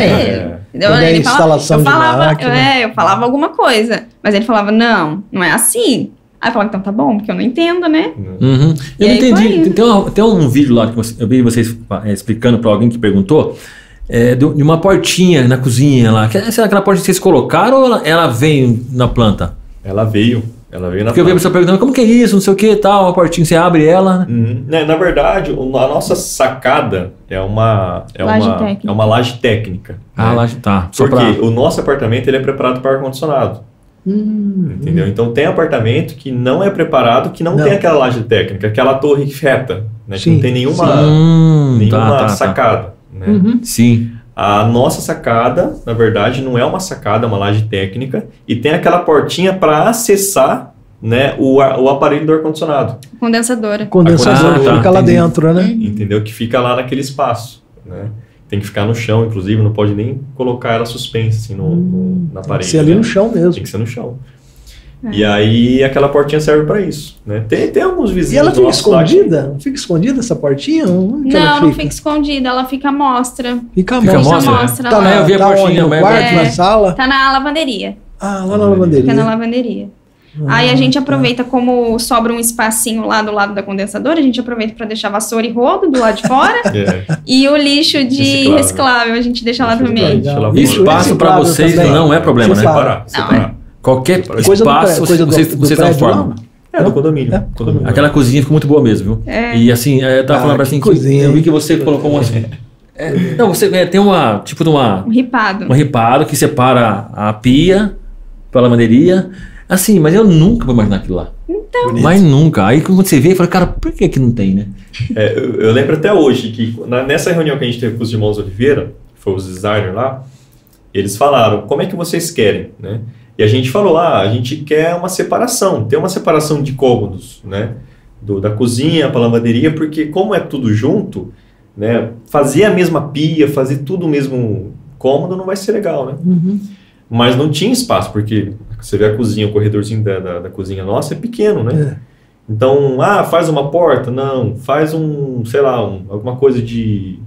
falava alguma coisa, mas ele falava, não é assim. Aí eu falava, então tá bom, porque eu não entendo, né? Eu não entendi. Tem um vídeo lá que eu vi vocês explicando para alguém que perguntou. De uma portinha na cozinha lá. Será aquela porta que vocês colocaram ou ela veio na planta? Ela veio na planta. Porque eu vi a pessoa perguntando, como que é isso, não sei o que tal, uma portinha, você abre ela. Na verdade, a nossa sacada é uma laje técnica. Laje, tá. Porque o nosso apartamento ele é preparado para ar-condicionado. Entendeu? Então tem apartamento que não é preparado, que não tem aquela laje técnica, aquela torre reta, né? Que não tem nenhuma sacada. Né? Sim. A nossa sacada, na verdade, não é uma sacada, é uma laje técnica e tem aquela portinha para acessar, né, o aparelho do ar-condicionado. Condensadora. Fica lá dentro, né? Entendeu? Que fica lá naquele espaço. Né? Tem que ficar no chão, inclusive, não pode nem colocar ela suspensa assim, na parede. Tem que ser ali no chão mesmo. Tem que ser no chão. E aí aquela portinha serve para isso, né? Tem alguns vizinhos. E ela fica escondida? Fica escondida essa portinha? Não fica escondida, ela fica à mostra. Fica à mostra. Tá lá, eu vi a portinha no quarto, na sala? Tá na lavanderia. Lá na lavanderia. Fica na lavanderia. Aí a gente aproveita, como sobra um espacinho lá do lado da condensadora, a gente aproveita para deixar vassoura e rodo do lado de fora. E o lixo de reciclável a gente deixa lá também. Espaço para vocês não é problema, né? Separar. Qualquer espaço vocês transformam. Do condomínio. Aquela cozinha ficou muito boa mesmo, viu? E assim, eu tava falando assim, eu vi que você colocou uma... não, você tem uma, tipo de uma... Um ripado. Um ripado que separa a pia pela lavanderia. Assim, mas eu nunca vou imaginar aquilo lá. Então. Mas nunca. Aí quando você vê, eu falo, cara, por que não tem, né? Eu lembro até hoje que nessa reunião que a gente teve com os irmãos Oliveira, que foi os designers lá, eles falaram, como é que vocês querem, né? E a gente falou, a gente quer uma separação, ter uma separação de cômodos, né? Da cozinha para a lavanderia, porque como é tudo junto, né? Fazer a mesma pia, fazer tudo o mesmo cômodo não vai ser legal, né? Mas não tinha espaço, porque você vê a cozinha, o corredorzinho da cozinha nossa é pequeno, né? Então, faz uma porta? Não. Faz alguma coisa de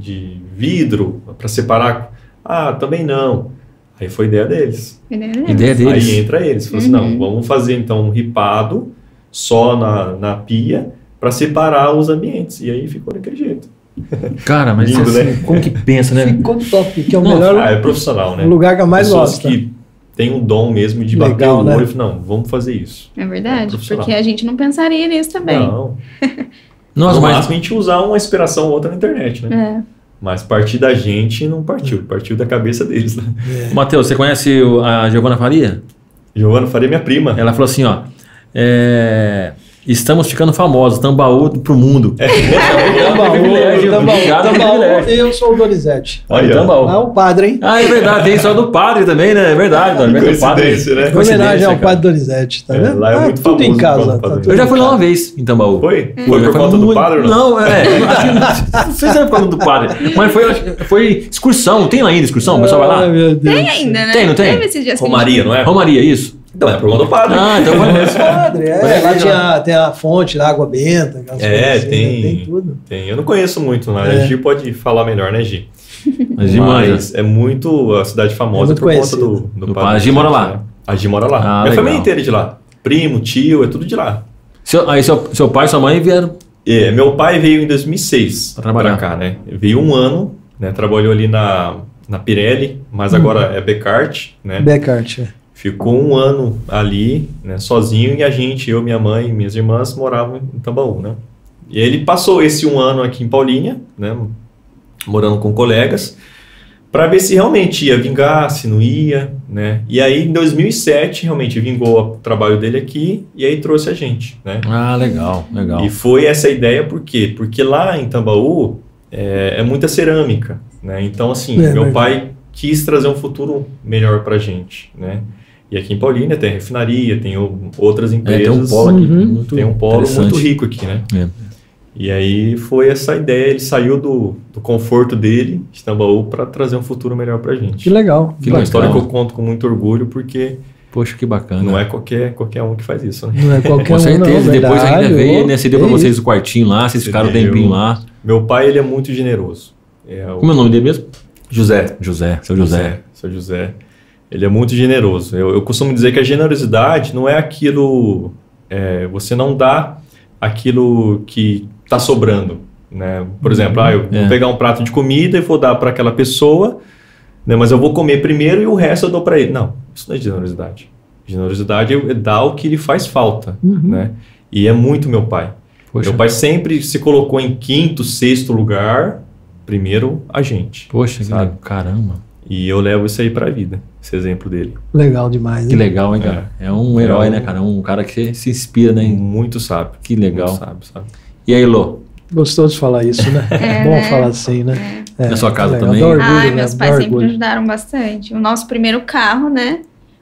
vidro para separar? Também não. Aí foi ideia deles. Ideia deles. Aí entra eles. Falou assim, não, vamos fazer então um ripado só na pia para separar os ambientes. E aí ficou daquele jeito. Cara, mas Lindo, assim, né? como que pensa, né? Ficou top, que é o melhor É profissional, né? o lugar que eu mais Pessoas gosto. que tem um dom mesmo de bater Legal, o né? olho e falar, não, vamos fazer isso. É verdade, profissional. porque a gente não pensaria nisso também. Não. Nossa, No mas máximo a gente usar uma inspiração ou outra na internet, né? Mas partir da gente não partiu da cabeça deles, né? Matheus, você conhece a Giovana Faria? Giovana Faria é minha prima. Ela falou assim, ó, estamos ficando famosos, Tambaú pro mundo. Eu sou o Donizete. Olha, Tambaú. Ah, o padre, hein? Ah, é verdade, tem só do padre também, né? É verdade. Coincidência, né? Em homenagem ao cara. padre Donizete, tá vendo? Lá é muito tudo em famoso casa. por Tá causa do tudo Eu já em fui lá uma casa. vez em Tambaú. Foi? Já Foi por foi conta do muito- padre ou não? Não, não sei se é por conta do padre, mas foi excursão, tem lá ainda excursão? O pessoal vai lá? Ai, meu Deus. Tem ainda, né? Tem, não tem? Teve esses dias que a gente Romaria, foi. não é? Romaria, isso? Então, é por conta do padre. Ah, então foi mesmo. Padre, Foi lá legal. tem a fonte, a água benta. aquelas coisas assim, tem. né? Tem tudo. Tem. Eu não conheço muito, né? É. A Gi pode falar melhor, né, Gi? Mas Gi manja. é muito a cidade famosa muito por conta conhecida. do padre. A Gi mora lá. né? A Gi mora lá. Ah, Minha legal. família inteira é de lá. Primo, tio, é tudo de lá. Aí seu pai e sua mãe vieram. Meu pai veio em 2006 Pra trabalhar. cá, né? Veio um ano, né? Trabalhou ali na Pirelli, mas agora é Becart, né? Becart. Ficou um ano ali, né, sozinho, e a gente, eu, minha mãe e minhas irmãs moravam em Tambaú, né? E ele passou esse um ano aqui em Paulínia, né, morando com colegas, para ver se realmente ia vingar, se não ia, né? E aí, em 2007, realmente vingou o trabalho dele aqui, e aí trouxe a gente, né? Ah, legal. E foi essa ideia, por quê? Porque lá em Tambaú é muita cerâmica, né? Então, assim, meu pai quis trazer um futuro melhor pra gente, né? E aqui em Paulínia tem refinaria, tem outras empresas. Tem um polo aqui. Tem um polo muito rico aqui, né? É. E aí foi essa ideia, ele saiu do conforto dele, de Tambaú, para trazer um futuro melhor pra gente. Que legal. Que É uma legal. história que eu conto com muito orgulho, porque Poxa, que bacana. não é qualquer um que faz isso, né? Não é qualquer Com certeza. não, Depois a verdade, gente veio, né? Você deu pra é vocês isso. o quartinho lá, vocês ficaram um Cedeu. tempinho lá. Meu pai, ele é muito generoso. Como é o nome dele mesmo? José. Seu José. Seu José. Ele é muito generoso. Eu costumo dizer que a generosidade não é aquilo... você não dá aquilo que está sobrando, né? Por exemplo, eu vou pegar um prato de comida e vou dar para aquela pessoa, né? Mas eu vou comer primeiro e o resto eu dou para ele. Não, isso não é generosidade. Generosidade é dar o que lhe faz falta, né? E é muito meu pai. Poxa. Meu pai sempre se colocou em 5º, 6º lugar, primeiro a gente. Poxa, que sabe? legal. Caramba. E eu levo isso aí pra vida, esse exemplo dele. Legal demais. Que hein? legal, hein, cara? É um herói, né, cara? Um cara que se inspira, né? Muito sábio. Que legal. Muito sábio, sabe? E aí, Lô? Gostoso de falar isso, né? Bom falar assim, né? Na sua casa legal. também? Dá orgulho, Ai, né? meus Dá pais sempre orgulho. ajudaram bastante. O nosso primeiro carro, né?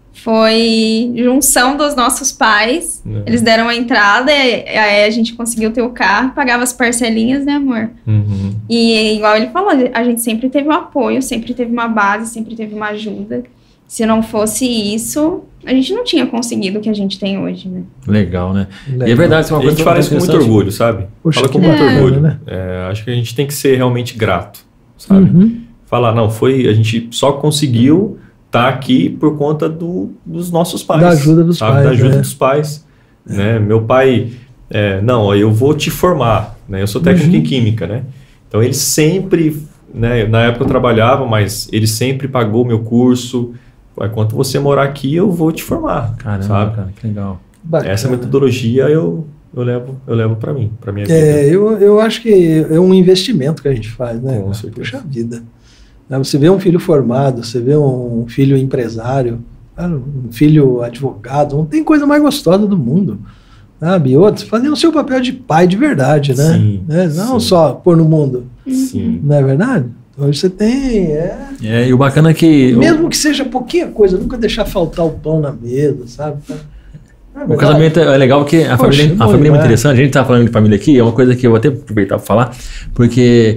Foi junção dos nossos pais. Eles deram a entrada e aí a gente conseguiu ter o carro, pagava as parcelinhas, né, amor? Uhum. E igual ele falou, a gente sempre teve um apoio, sempre teve uma base, sempre teve uma ajuda. Se não fosse isso, a gente não tinha conseguido o que a gente tem hoje, né? Legal, né? Legal. E é verdade, isso é uma A coisa gente fala isso com muito interessante. orgulho, sabe? Poxa, Fala com que muito bacana, orgulho. né? Acho que a gente tem que ser realmente grato, sabe? Uhum. Falar, não, a gente só conseguiu estar aqui por conta dos nossos pais. Da ajuda dos sabe? pais, Da ajuda né? dos pais. Né? Meu pai, não, eu vou te formar, né? Eu sou técnico em química, né? Então ele sempre, né? Na época eu trabalhava, mas ele sempre pagou meu curso. Enquanto você morar aqui, eu vou te formar. Caramba, sabe? cara, que legal. Bacana. Essa metodologia eu levo para mim, para minha vida. Eu acho que é um investimento que a gente faz, né? Com certeza. Puxa vida. Você vê um filho formado, você vê um filho empresário, um filho advogado, não tem coisa mais gostosa do mundo. Sabe? E outros fazendo o seu papel de pai de verdade, né? Sim, Não sim. só pôr no mundo. Sim. Não é verdade? Hoje você tem. E o bacana é que... Mesmo que seja pouquinha coisa, nunca deixar faltar o pão na mesa, sabe? O casamento é legal porque a Poxa, família é muito demais. interessante. A gente tá falando de família aqui, é uma coisa que eu vou até aproveitar para falar, porque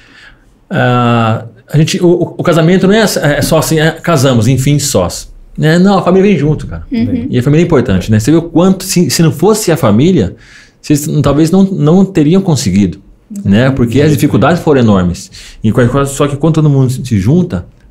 o casamento não é só assim, casamos, enfim, sós. Não, a família vem junto, cara. E a família é importante, né? Você vê o quanto, se não fosse a família, vocês talvez não teriam conseguido, né? Porque as dificuldades foram enormes. Só que quando todo mundo se junta,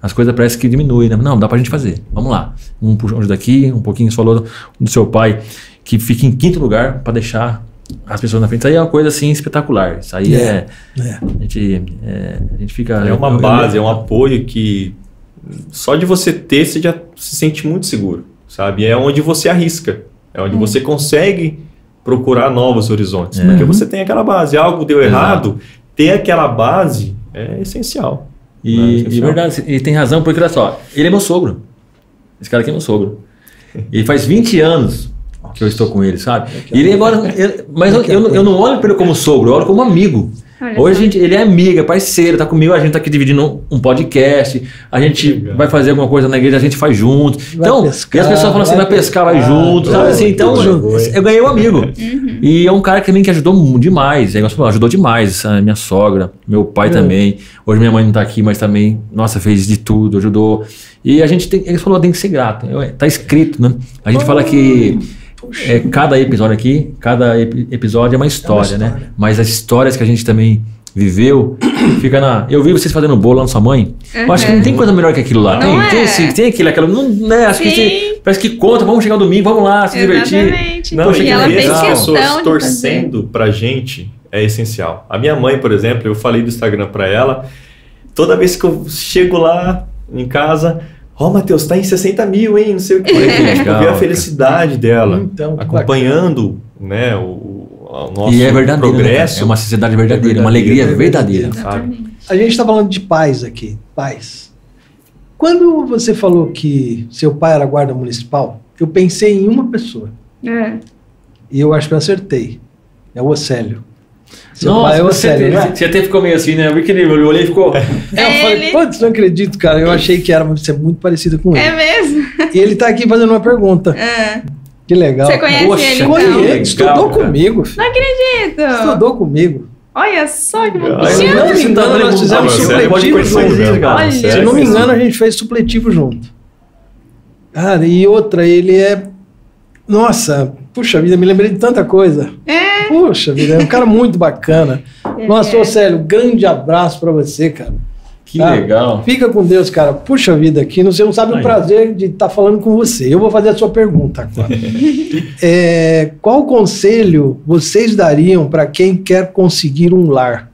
as coisas parecem que diminuem, né? Não, dá pra gente fazer. Vamos lá. Um puxão daqui, um pouquinho, você falou do seu pai, que fica em quinto lugar para deixar as pessoas na frente. Isso aí é uma coisa assim espetacular. Isso aí a gente fica... É uma base, é um apoio que só de você ter, você já se sente muito seguro, sabe? É onde você arrisca, é onde você consegue procurar novos horizontes, porque você tem aquela base. Algo deu errado, ter aquela base é essencial. E verdade, ele tem razão, porque olha só, ele é meu sogro. Esse cara aqui é meu sogro. Ele faz 20 anos que eu estou com ele, sabe? E ele agora... Mas eu não olho para ele como sogro, eu olho como amigo. Hoje ele é amigo, é parceiro, tá comigo, a gente tá aqui dividindo um podcast, a gente vai fazer alguma coisa na igreja, a gente faz junto. Então, pescar, e as pessoas falam assim, vai pescar, vai junto, sabe assim? Então, eu ganhei um amigo. E é um cara também que ajudou demais, ajudou demais, a minha sogra, meu pai também. Hoje minha mãe não tá aqui, mas também, nossa, fez de tudo, ajudou. E a gente ele falou, tem que ser grato. Tá escrito, né? A gente fala que cada episódio aqui, cada episódio é uma história, né? Mas as histórias que a gente também viveu, fica na... Eu vi vocês fazendo bolo lá na sua mãe. Eu acho que não tem coisa melhor que aquilo lá. Tem aquilo, não, né? Acho que parece que conta, vamos chegar no domingo, vamos lá, se divertir. Não, e ela fez as pessoas torcendo pra gente é essencial. A minha mãe, por exemplo, eu falei do Instagram pra ela, toda vez que eu chego lá em casa... Matheus, tá em 60 mil, hein? Não sei o que. Eu vi a felicidade dela, acompanhando, né, o nosso progresso. É uma sociedade verdadeira, uma alegria verdadeira. Sabe? A gente está falando de pais aqui, pais. Quando você falou que seu pai era guarda municipal, eu pensei em uma pessoa. E eu acho que eu acertei. É o Océlio. Nossa, você até ficou meio assim, né? Eu vi que ele olhou e ficou... Eu falei, putz, não acredito, cara. Eu achei que era você muito parecida com ele. É mesmo? E ele tá aqui fazendo uma pergunta. Que legal. Você conhece ele, então? Estudou comigo, filho. Não acredito. Estudou comigo. Olha só que bonitinho. Se não me engano, nós fizemos supletivo junto. Se não me engano, a gente fez supletivo junto. Cara, e outra, ele é... Nossa, puxa vida, me lembrei de tanta coisa. Puxa vida, é um cara muito bacana. Nossa, Océlio, grande abraço pra você, cara. Que legal. Fica com Deus, cara. Puxa vida, aqui você não sabe o prazer de estar falando com você. Eu vou fazer a sua pergunta agora. Qual conselho vocês dariam para quem quer conseguir um lar?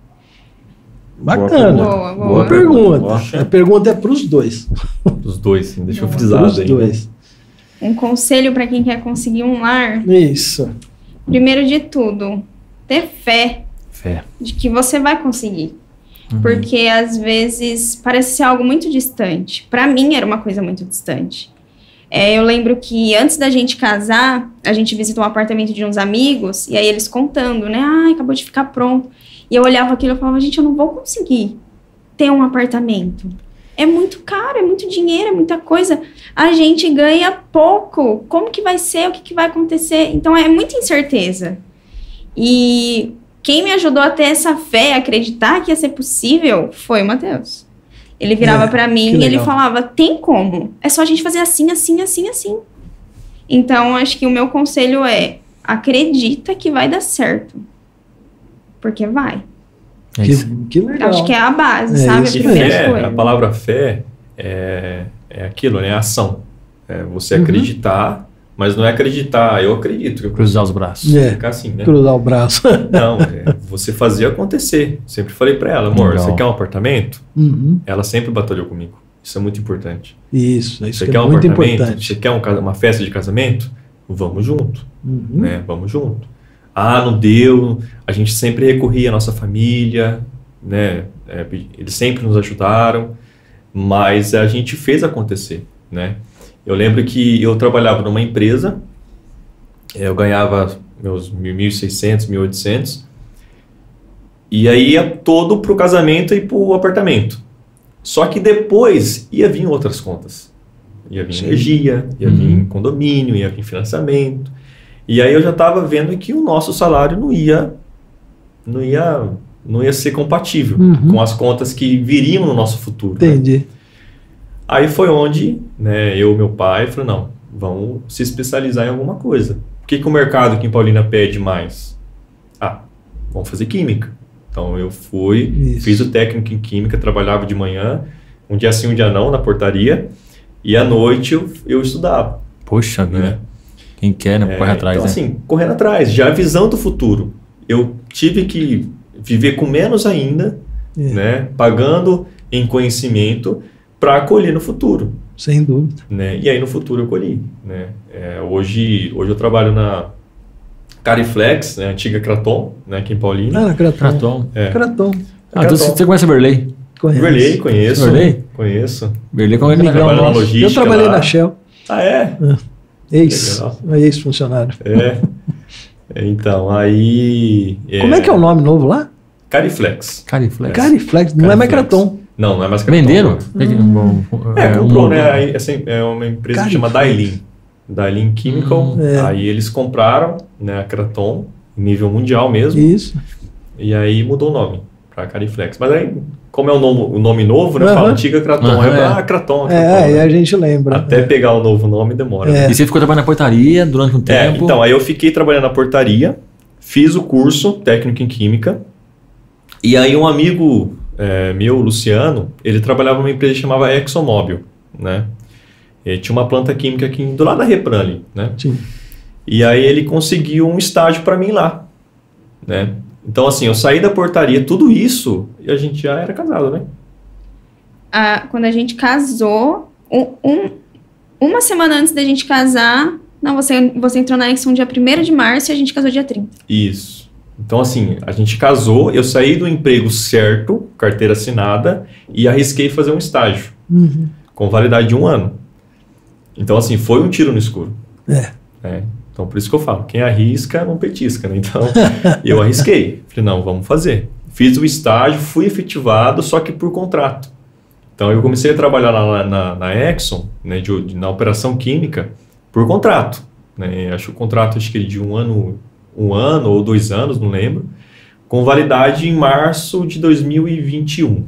Bacana. Boa pergunta. Boa. A pergunta é para os dois. Os dois, sim. Deixa eu frisar aí. Dois. Um conselho para quem quer conseguir um lar? Isso. Primeiro de tudo, ter fé. De que você vai conseguir. Porque às vezes parece ser algo muito distante. Para mim era uma coisa muito distante. Eu lembro que antes da gente casar, a gente visitou um apartamento de uns amigos, e aí eles contando, né? Acabou de ficar pronto. E eu olhava aquilo e falava, gente, eu não vou conseguir ter um apartamento. É muito caro, é muito dinheiro, é muita coisa. A gente ganha pouco. Como que vai ser? O que vai acontecer? Então é muita incerteza. E quem me ajudou a ter essa fé, a acreditar que ia ser possível, foi o Matheus. Ele virava pra mim e ele falava, tem como. É só a gente fazer assim, assim, assim, assim. Então, acho que o meu conselho é, acredita que vai dar certo. Porque vai. Que legal. Acho que é a base, sabe? A primeira coisa. A palavra fé é aquilo, né? É ação. É você acreditar, mas não é acreditar, eu acredito. Cruzar os braços. Ficar assim, né? Cruzar o braço. Não, você fazer acontecer. Sempre falei pra ela, amor, você quer um apartamento? Ela sempre batalhou comigo. Isso é muito importante. Isso você quer um muito apartamento? Importante. Você quer uma festa de casamento? Vamos junto. Né? Vamos junto. Não deu. A gente sempre recorria à nossa família, né? Eles sempre nos ajudaram, mas a gente fez acontecer, né? Eu lembro que eu trabalhava numa empresa, eu ganhava meus 1.600, 1.800, e aí ia todo pro casamento e pro apartamento. Só que depois ia vir outras contas. Ia vir energia, ia vir condomínio, ia vir financiamento. E aí eu já estava vendo que o nosso salário não ia ser compatível com as contas que viriam no nosso futuro. Entendi. Né? Aí foi onde, né, eu e meu pai falamos, não, vamos se especializar em alguma coisa. O que o mercado aqui em Paulínia pede mais? Vamos fazer química. Então eu fiz o técnico em química, trabalhava de manhã, Um dia sim, um dia não, na portaria. E à noite eu estudava. Poxa vida. Né? Quem quer, né? Corre atrás, então, né? assim, correndo atrás. Já a visão do futuro. Eu tive que viver com menos ainda, né? Pagando em conhecimento para colher no futuro. Sem dúvida. Né? E aí no futuro eu colhi. Né? Hoje eu trabalho na Cariflex, né? Antiga Kraton, né? Aqui em Paulínia. Ah, Kraton. Kraton. Então você conhece a Verley? Verley, conheço. Verley? Conheço. Verley, como é que trabalha na logística? Eu trabalhei na Shell. Ah, é? Ex-funcionário. Então, aí... Como é que é o nome novo lá? Cariflex. Cariflex, não é mais Kraton. Não é mais Kraton. Venderam? Comprou, né? É uma empresa que chama Dailin Chemical. Aí eles compraram, né, a Kraton, nível mundial mesmo. Isso. E aí mudou o nome para Cariflex. Mas aí, como é o nome novo, né? Fala antiga Kraton. Kraton. Aí a gente lembra. Até pegar o novo nome demora. E você ficou trabalhando na portaria durante um tempo? Então, aí eu fiquei trabalhando na portaria, fiz o curso técnico em Química. E aí um amigo meu, Luciano, ele trabalhava numa empresa que chamava ExxonMobil, né? Ele tinha uma planta química aqui do lado da Repran ali, né? Sim. E aí ele conseguiu um estágio para mim lá, né? Então, assim, eu saí da portaria, tudo isso, e a gente já era casado, né? Quando a gente casou, uma semana antes da gente casar, você entrou na Exxon dia 1º de março e a gente casou dia 30. Isso. Então, assim, a gente casou, eu saí do emprego certo, carteira assinada, e arrisquei fazer um estágio, com validade de 1 ano. Então, assim, foi um tiro no escuro. Então, por isso que eu falo, quem arrisca não petisca, né? Então, eu arrisquei. Falei, não, vamos fazer. Fiz o estágio, fui efetivado, só que por contrato. Então, eu comecei a trabalhar na Exxon, né, na operação química, por contrato. Né? Acho que o contrato de 1 ano ou 2 anos, não lembro, com validade em março de 2021.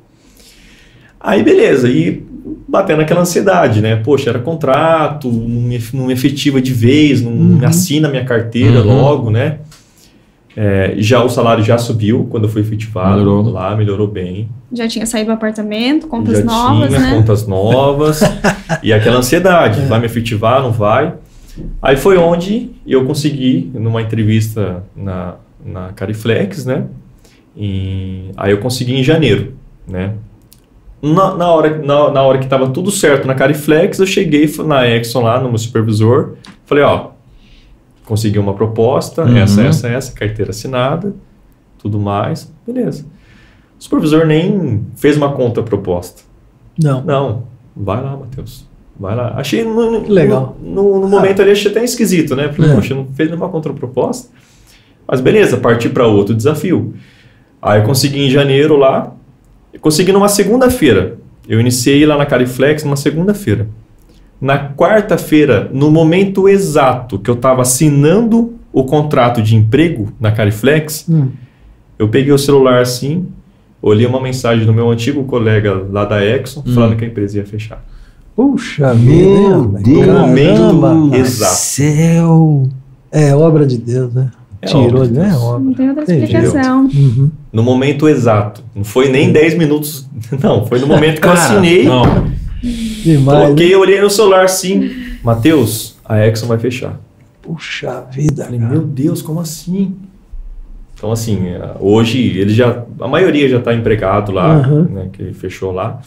Aí, beleza, e batendo aquela ansiedade, né? Poxa, era contrato, não efetiva de vez, não assina minha carteira logo, né? Já o salário já subiu quando eu fui efetivado. Melhorou bem. Já tinha saído do apartamento, contas novas, né? Contas novas. E aquela ansiedade, vai me efetivar, não vai? Aí foi onde eu consegui, numa entrevista na Cariflex, né? Aí eu consegui em janeiro, né? Na hora que estava tudo certo na Cariflex, eu cheguei na Exxon lá, no meu supervisor, falei, consegui uma proposta, essa, carteira assinada, tudo mais, beleza. O supervisor nem fez uma contraproposta. Não, vai lá, Matheus, vai lá. Achei, legal. No momento ali, achei até esquisito, né? Falei, poxa, não fez nenhuma contraproposta. Mas beleza, parti para outro desafio. Aí eu consegui em janeiro lá, consegui numa segunda-feira. Eu iniciei lá na Cariflex numa segunda-feira. Na quarta-feira, no momento exato que eu estava assinando o contrato de emprego na Cariflex, eu peguei o celular assim, olhei uma mensagem do meu antigo colega lá da Exxon, falando que a empresa ia fechar. Puxa vida, no momento exato. Céu! É obra de Deus, né? Tirou, né? Não tem outra explicação. No momento exato. Não foi nem 10 minutos. Não, foi no momento que eu assinei. Demais, coloquei, olhei no celular assim. Matheus, a Exxon vai fechar. Puxa vida. Falei, meu Deus, como assim? Então, assim, hoje a maioria já está empregado lá, né, que fechou lá.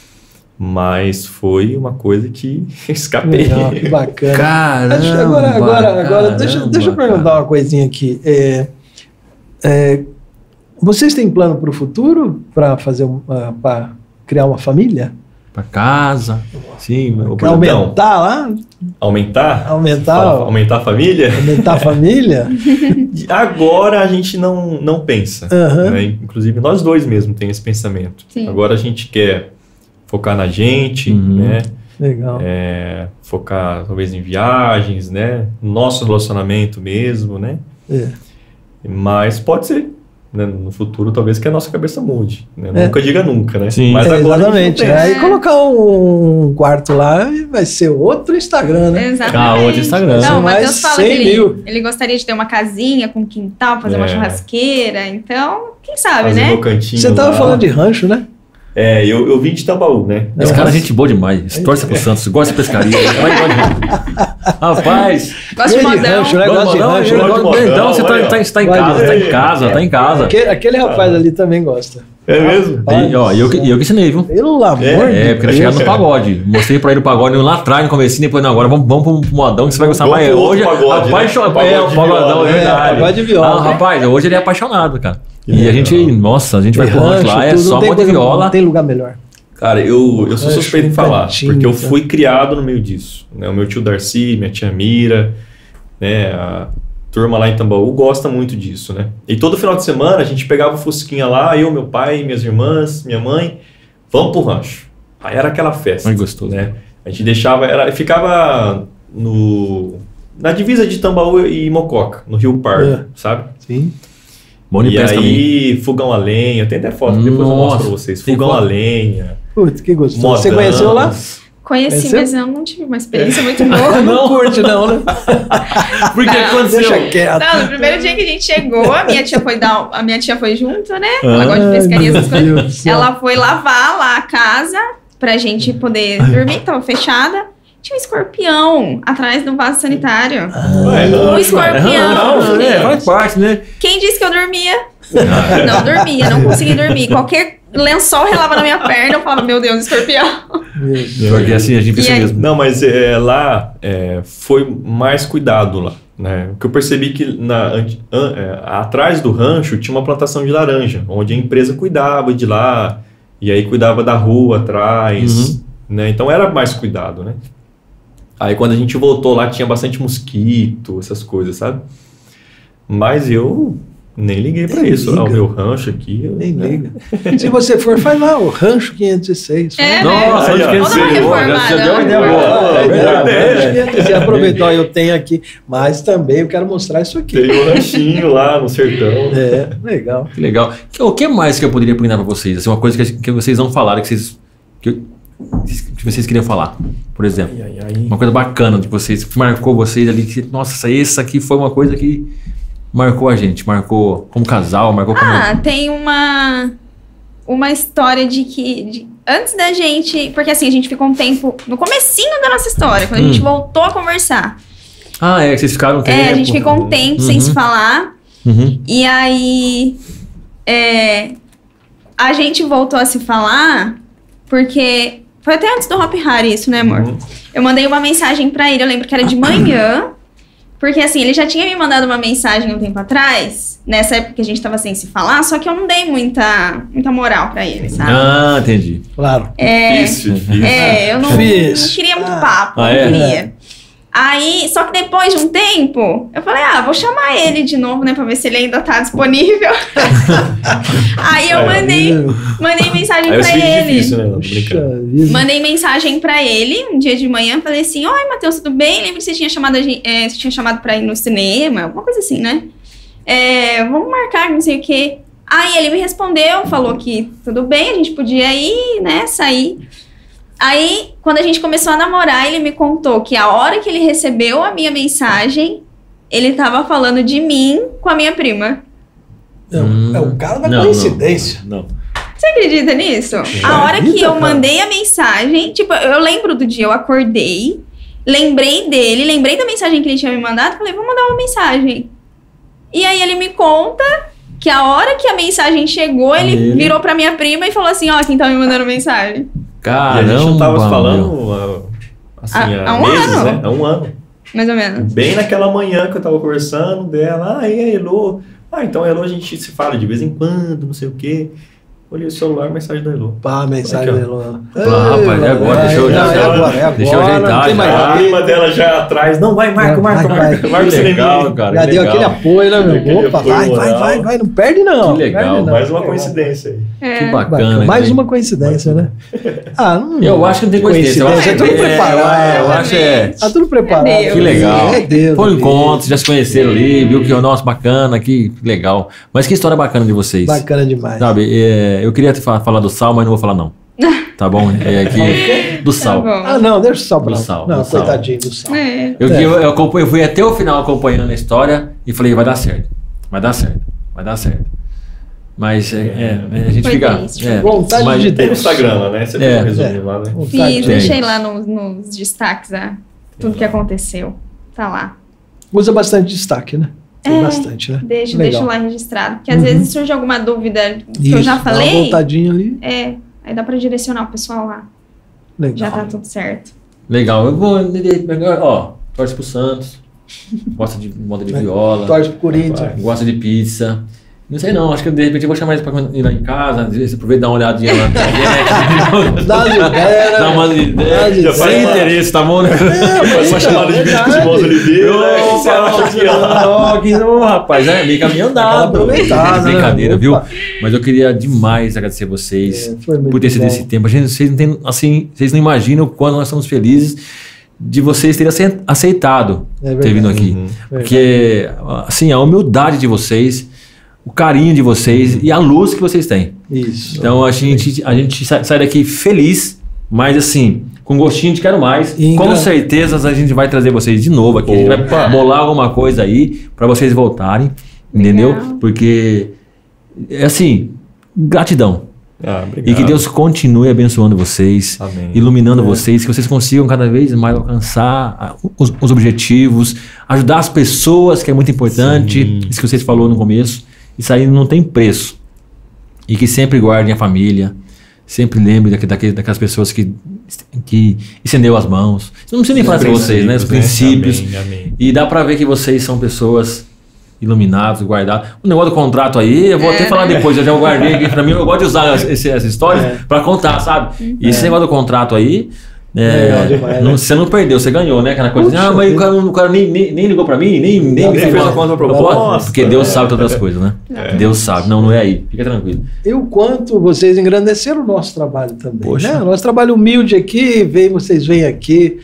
Mas foi uma coisa que escapei. Legal, que bacana. Caramba, agora deixa eu perguntar uma coisinha aqui. Vocês têm plano para o futuro? Para criar uma família? Para casa? Sim. Aumentar lá? Aumentar? Aumentar a família? Aumentar a família? Agora a gente não pensa. Né? Inclusive nós dois mesmo temos esse pensamento. Sim. Agora a gente quer focar na gente, né? Legal. Focar talvez em viagens, né? Nosso relacionamento mesmo, né? Mas pode ser, né? No futuro talvez que a nossa cabeça mude, né? Nunca diga nunca, né? Sim. Mas agora exatamente. Aí colocar um quarto lá vai ser outro Instagram, né? Exatamente. Outro Instagram. Não, o Matheus fala que ele gostaria de ter uma casinha com quintal, fazer uma churrasqueira. Então, quem sabe, fazer né? meu cantinho Você estava lá. falando de rancho, né? Eu vim de Tambaú, né? Esse cara é gente boa demais. Torce pro Santos, gosta de pescaria. Rapaz. Gosta de modão. Então você tá em casa. Aquele rapaz ali também gosta. É mesmo? E eu que ensinei, viu? Pelo amor de Deus. Porque ele chegava no pagode. Mostrei pra ele o pagode lá atrás, no comecinho, depois não, agora vamos pro modão que você vai gostar mais. Hoje é apaixonado. O pagodão, é verdade. Pagode de viola. Rapaz, hoje ele é apaixonado, cara. E a gente vai pro rancho lá, é só moda de viola. Não tem lugar melhor. Cara, eu sou suspeito em falar, porque eu fui criado no meio disso. Né? O meu tio Darcy, minha tia Mira, né? A turma lá em Tambaú gosta muito disso, né? E todo final de semana a gente pegava o Fusquinha lá, eu, meu pai, minhas irmãs, minha mãe, vamos pro rancho. Aí era aquela festa. Ai, gostoso. Né? A gente ficava na divisa de Tambaú e Mococa, no Rio Pardo, sabe? Sim. E aí, fogão a lenha, tem até foto, depois eu mostro pra vocês. Fogão a lenha. Putz, que gostoso. Modão. Você conheceu lá? Conheci, mas eu não tive uma experiência muito boa. Não curte, não, né? Por que aconteceu? Deixa quieto. Não, no primeiro dia que a gente chegou, a minha tia foi junto, né? Ela gosta de pescaria, essas coisas. Ela foi lavar lá a casa pra gente poder dormir, que tava fechada. Tinha um escorpião atrás do vaso sanitário. Um escorpião. Faz parte, né? Quem disse que eu dormia? Não dormia, não conseguia dormir. Qualquer lençol relava na minha perna, eu falava, meu Deus, escorpião. Porque assim, a gente pensa mesmo. Não, mas lá foi mais cuidado lá. Né? O que eu percebi que atrás do rancho tinha uma plantação de laranja, onde a empresa cuidava de lá, e aí cuidava da rua atrás, né? Então era mais cuidado, né? Aí quando a gente voltou lá tinha bastante mosquito, essas coisas, sabe? Mas eu nem liguei pra isso. O meu rancho aqui... Nem liga. Se você for, faz lá o Rancho 506. Nossa, Rancho 506. Já deu uma ideia boa. É verdade. Você aproveitou, eu tenho aqui. Mas também eu quero mostrar isso aqui. Tem um ranchinho lá no sertão. Legal. Que legal. O que mais que eu poderia perguntar pra vocês? Assim, uma coisa que vocês não falaram, que vocês queriam falar, por exemplo. Uma coisa bacana de vocês, que marcou vocês ali. Que, nossa, essa aqui foi uma coisa que marcou a gente. Marcou como casal, marcou como... Tem uma história de que... antes da gente... Porque assim, a gente ficou um tempo... No comecinho da nossa história, quando a gente voltou a conversar. Que vocês ficaram um tempo. A gente ficou um tempo sem se falar. E aí... a gente voltou a se falar porque... Foi até antes do Hop Hari isso, né, amor? Eu mandei uma mensagem pra ele, eu lembro que era de manhã. Porque assim, ele já tinha me mandado uma mensagem um tempo atrás, nessa época que a gente tava sem se falar, só que eu não dei muita moral pra ele, sabe? Entendi. Claro. Difícil. Eu não queria muito papo, não queria. Aí, só que depois de um tempo, eu falei, vou chamar ele de novo, né, pra ver se ele ainda tá disponível. Aí eu mandei mensagem pra ele. Difícil, né? Mandei mensagem pra ele um dia de manhã, falei assim, oi, Matheus, tudo bem? Lembra que você tinha chamado pra ir no cinema, alguma coisa assim, né? Vamos marcar, não sei o quê. Aí ele me respondeu, falou que tudo bem, a gente podia ir, né, sair. Aí, quando a gente começou a namorar, ele me contou que a hora que ele recebeu a minha mensagem, ele tava falando de mim com a minha prima. É o cara da coincidência. Não. Você acredita nisso? A hora que eu mandei a mensagem, tipo, eu lembro do dia, eu acordei, lembrei dele, lembrei da mensagem que ele tinha me mandado, falei, vou mandar uma mensagem. E aí ele me conta que a hora que a mensagem chegou, ele virou pra minha prima e falou assim, quem tá me mandando mensagem? Caramba, e a gente não tava se falando assim, há um meses, ano. né? Há um ano. Mais ou menos. Bem naquela manhã que eu tava conversando dela, e a Elô? Então a Elô a gente se fala de vez em quando, não sei o quê. Olhei o celular, mensagem da Elô. Mensagem da Elô. Rapaz, é agora, deixa eu ajeitar. A prima dela já atrás, não, vai, Marco. Que legal, cara. Já deu aquele apoio, né, meu? Opa, vai, não perde não. Que legal. Mais uma coincidência aí. Que bacana. Mais uma coincidência, né? Eu acho que não tem coincidência. É tudo preparado. Eu acho Tá tudo preparado. Que legal. É Deus. Foi um encontro, já se conheceram ali, viu que o nosso bacana, que legal. Mas que história bacana de vocês. Bacana demais. Sabe, eu queria falar do Sal, mas não vou falar não. Tá bom? Aqui do Sal. Tá não, deixa o Sal pra do lá. Sal. Não, do Sal. coitadinho do Sal. Eu fui até o final acompanhando a história e falei, vai dar certo. Mas a gente Foi fica... triste. Vontade de Tem no Deus. Instagram lá, né? Você pode resumir lá, né? Fiz, deixei lá nos destaques tudo que aconteceu. Tá lá. Usa bastante destaque, né? Tem bastante, né? Deixo lá registrado. Porque às vezes surge alguma dúvida que eu já falei. Dá uma voltadinha ali. Aí dá pra direcionar o pessoal lá. Legal. Já tá tudo certo. Legal. Eu vou... torce pro Santos. Gosta de moda de viola. Torce pro Corinthians. Gosta de pizza. Não sei não, acho que de repente eu vou chamar eles pra ir lá em casa, às vezes aproveita e dar uma olhadinha lá na internet. Dá as ideias. Dá umas ideias. Sem interesse, tá bom? Faz uma chamada de vídeo com o Simão Oliveira. O que você acha aqui, ó? Rapaz, meio caminho andado. Aproveitar, né? Brincadeira, viu? Mas eu queria demais agradecer vocês por ter sido esse tempo. Vocês não tem, assim, vocês não imaginam o quanto nós estamos felizes de vocês terem aceitado ter vindo aqui. Porque, assim, a humildade de vocês, o carinho de vocês e a luz que vocês têm. Isso. Então a gente sai daqui feliz, mas assim, com gostinho de quero mais. Com certeza a gente vai trazer vocês de novo aqui. A gente vai bolar alguma coisa aí para vocês voltarem, entendeu? Porque, assim, gratidão. E que Deus continue abençoando vocês, amém, iluminando vocês, que vocês consigam cada vez mais alcançar os objetivos, ajudar as pessoas, que é muito importante. Sim. Isso que vocês falaram no começo. Isso aí não tem preço. E que sempre guardem a família, sempre lembrem daquelas pessoas que estendeu as mãos. Não precisa nem falar de vocês, né? Os princípios. Amém, amém. E dá pra ver que vocês são pessoas iluminados, guardados. O negócio do contrato aí, eu vou até falar depois, eu já guardei aqui pra mim, eu gosto de usar essa história pra contar, sabe? E esse negócio do contrato aí, você não perdeu, você ganhou, né? Aquela coisa assim, mas o cara nem ligou pra mim, nem me fez uma conta proposta. Porque Deus sabe todas as coisas, né? Deus sabe, não é aí, fica tranquilo. E o quanto vocês engrandeceram o nosso trabalho também, né? Nosso trabalho humilde aqui, vocês vêm aqui,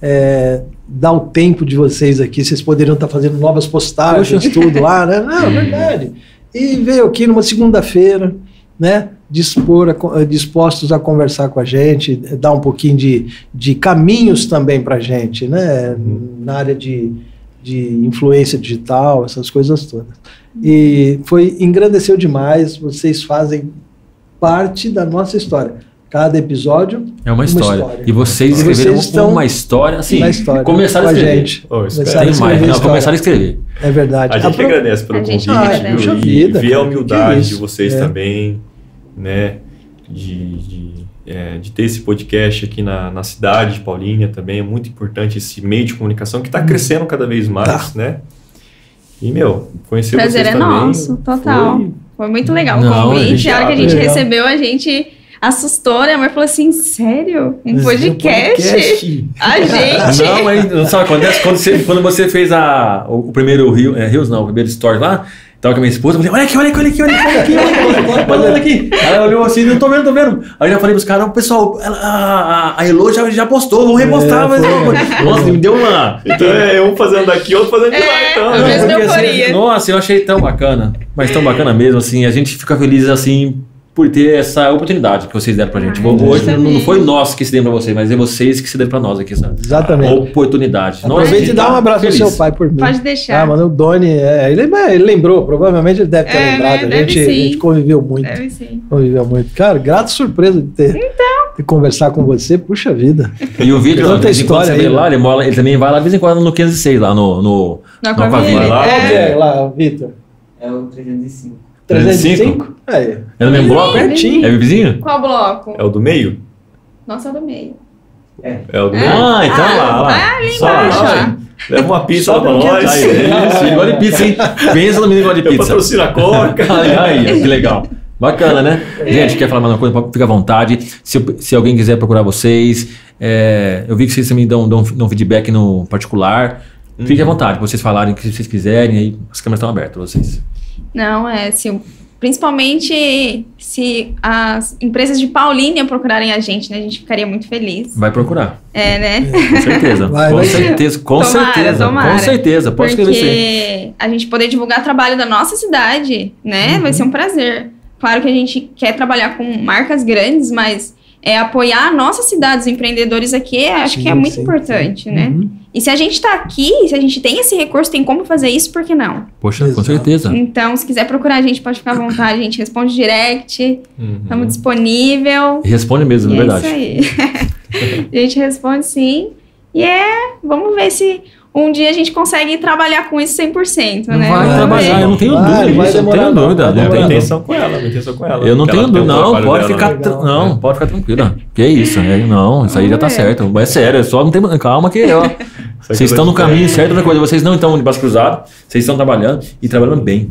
dá o tempo de vocês aqui, vocês poderiam estar fazendo novas postagens, tudo lá, né? Não, verdade. E veio aqui numa segunda-feira, né? Dispostos a conversar com a gente, dar um pouquinho de caminhos também para a gente, né? Na área de influência digital, essas coisas todas. E engrandeceu demais, vocês fazem parte da nossa história. Cada episódio é uma história. E vocês escreveram uma história, assim, começaram a escrever. Começaram a escrever. É verdade. A gente agradece pelo convite, viu? E ver a humildade de vocês também, né? De ter esse podcast aqui na cidade de Paulínia também. É muito importante esse meio de comunicação que está crescendo cada vez mais, né? E, conhecer vocês também. Prazer é nosso, total. Foi muito legal o convite. A hora que a gente recebeu, a gente assustou, né? A mãe falou assim, sério? Um podcast? A gente? Não, mas não sabe o que acontece? Quando você fez o primeiro o primeiro story lá, tava com a minha esposa, eu falei, olha aqui. Aí ela olhou assim, não tô vendo. Aí eu já falei pros caras, pessoal, a Elo já postou, vamos repostar. Nossa, me deu uma... Então um fazendo daqui, outro fazendo de lá, então. Nossa, eu achei tão bacana, mas tão bacana mesmo, assim, a gente fica feliz, assim, por ter essa oportunidade que vocês deram pra gente. Hoje não foi nós que se deram pra vocês, mas é vocês que se deram pra nós aqui, sabe? Exatamente. Oportunidade. Aproveita e dá um abraço ao seu pai por mim. Pode deixar. Mano, o Doni, ele lembrou, provavelmente ele deve ter lembrado. A gente conviveu muito. Deve sim. Conviveu muito. Cara, grato surpresa de ter conversar com você, puxa vida. E o Vitor, de vez em quando você vê lá, ele também vai lá de vez em quando no 506, lá no Alphaville. Lá, Vitor? É o 305. 305? É no mesmo bloco? Pertinho. É o vizinho? Qual bloco? É o do meio? Nossa, é o do meio. É o do meio? Então lá. Lá. Leva uma pizza lá pra nós. Ele gosta de pizza, hein? Pensa no menino que gosta de pizza. Patrocina a Coca. Aí, que legal. Bacana, né? Gente, quer falar mais uma coisa? Fica à vontade. Se alguém quiser procurar vocês, eu vi que vocês também dão feedback no particular. Fique à vontade, pra vocês falarem o que vocês quiserem, aí as câmeras estão abertas pra vocês. Não, assim, principalmente se as empresas de Paulínia procurarem a gente, né? A gente ficaria muito feliz. Vai procurar. Né? Com certeza. Com certeza. Pode escrever isso. Porque a gente poder divulgar trabalho da nossa cidade, né? Vai ser um prazer. Claro que a gente quer trabalhar com marcas grandes, mas apoiar a nossa cidade, os empreendedores aqui, acho que é muito importante, né? E se a gente tá aqui, se a gente tem esse recurso, tem como fazer isso, por que não? Poxa, com certeza. Então, se quiser procurar a gente, pode ficar à vontade, a gente responde direct, estamos disponível. E responde mesmo, na verdade. É isso aí. A gente responde sim. E vamos ver se um dia a gente consegue trabalhar com isso 100%, né? Vai trabalhar, eu não tenho dúvida disso, não tenho dúvida. Eu tenho intenção com ela. Eu não tenho dúvida, não, pode ficar tranquila. Que é isso, não, isso aí já tá certo. É sério, só não tem, calma que, ó, vocês estão no caminho certo, outra coisa, vocês não estão de braço cruzado, vocês estão trabalhando e trabalhando bem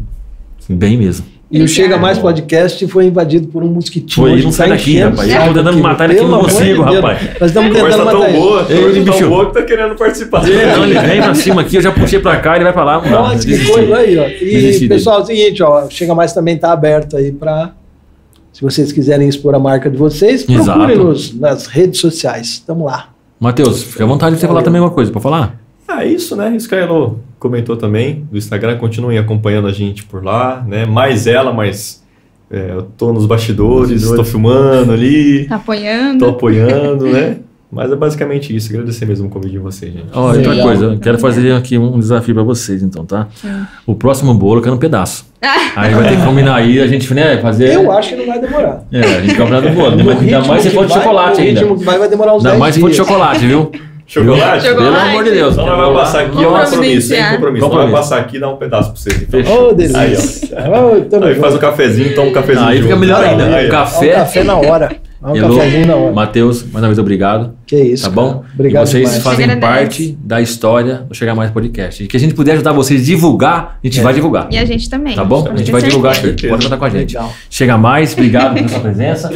mesmo. E o Chega Mais Podcast foi invadido por um mosquitinho. Foi, não sai daqui, rapaz. Eu tô tentando matar ele aqui, não consigo, rapaz. Nós estamos tentando matar ele. Ele tão boa que tá querendo participar. Não, ele vem pra cima aqui, eu já puxei pra cá, ele vai pra lá. Nossa, que coisa aí, ó. E, pessoal, é o seguinte, ó, Chega Mais também tá aberto aí pra... Se vocês quiserem expor a marca de vocês, procurem-nos nas redes sociais. Estamos lá. Matheus, fica à vontade de você falar também uma coisa, pode falar? Isso, né? Isso que a Elo comentou também do Instagram, continuem acompanhando a gente por lá, né? Mais ela, mas eu tô nos bastidores, tô filmando ali. Tá apoiando. Tô apoiando, né? Mas é basicamente isso. Agradecer mesmo o convite de vocês, gente. Outra coisa, eu quero fazer aqui um desafio pra vocês, então, tá? Sim. O próximo bolo eu quero um pedaço. Aí vai ter que combinar aí, a gente, né, fazer... Eu acho que não vai demorar. A gente comprar do bolo. Ainda mais se for de chocolate ainda. O ritmo que vai demorar uns 10 dias. Ainda mais se for de chocolate, viu? Chocolate? Pelo amor de Deus. Então vai passar aqui, é um compromisso, sem compromisso. Então vai passar aqui e dar um pedaço pra vocês. Então. Delícia. Aí faz um cafezinho, toma um cafezinho. Aí fica melhor ainda. Um café na hora. Cafezinho na hora. Matheus, mais uma vez, obrigado. Que isso. Tá bom? Obrigado. E vocês fazem parte da história do Chega Mais Podcast. E que a gente puder ajudar vocês a divulgar, a gente vai divulgar. E a gente também. Tá bom? A gente vai divulgar. Pode contar com a gente. Legal. Chega Mais, obrigado pela sua presença.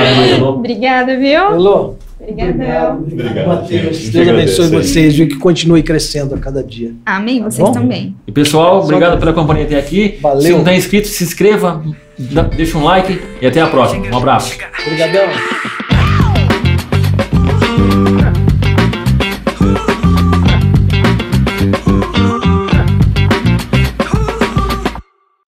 Obrigada, viu? Elô. Obrigado. Matheus, Deus abençoe vocês e que continue crescendo a cada dia. Amém, vocês também. E pessoal, obrigado pela companhia até aqui. Valeu. Se não está inscrito, se inscreva, deixa um like e até a próxima. Um abraço. Obrigadão.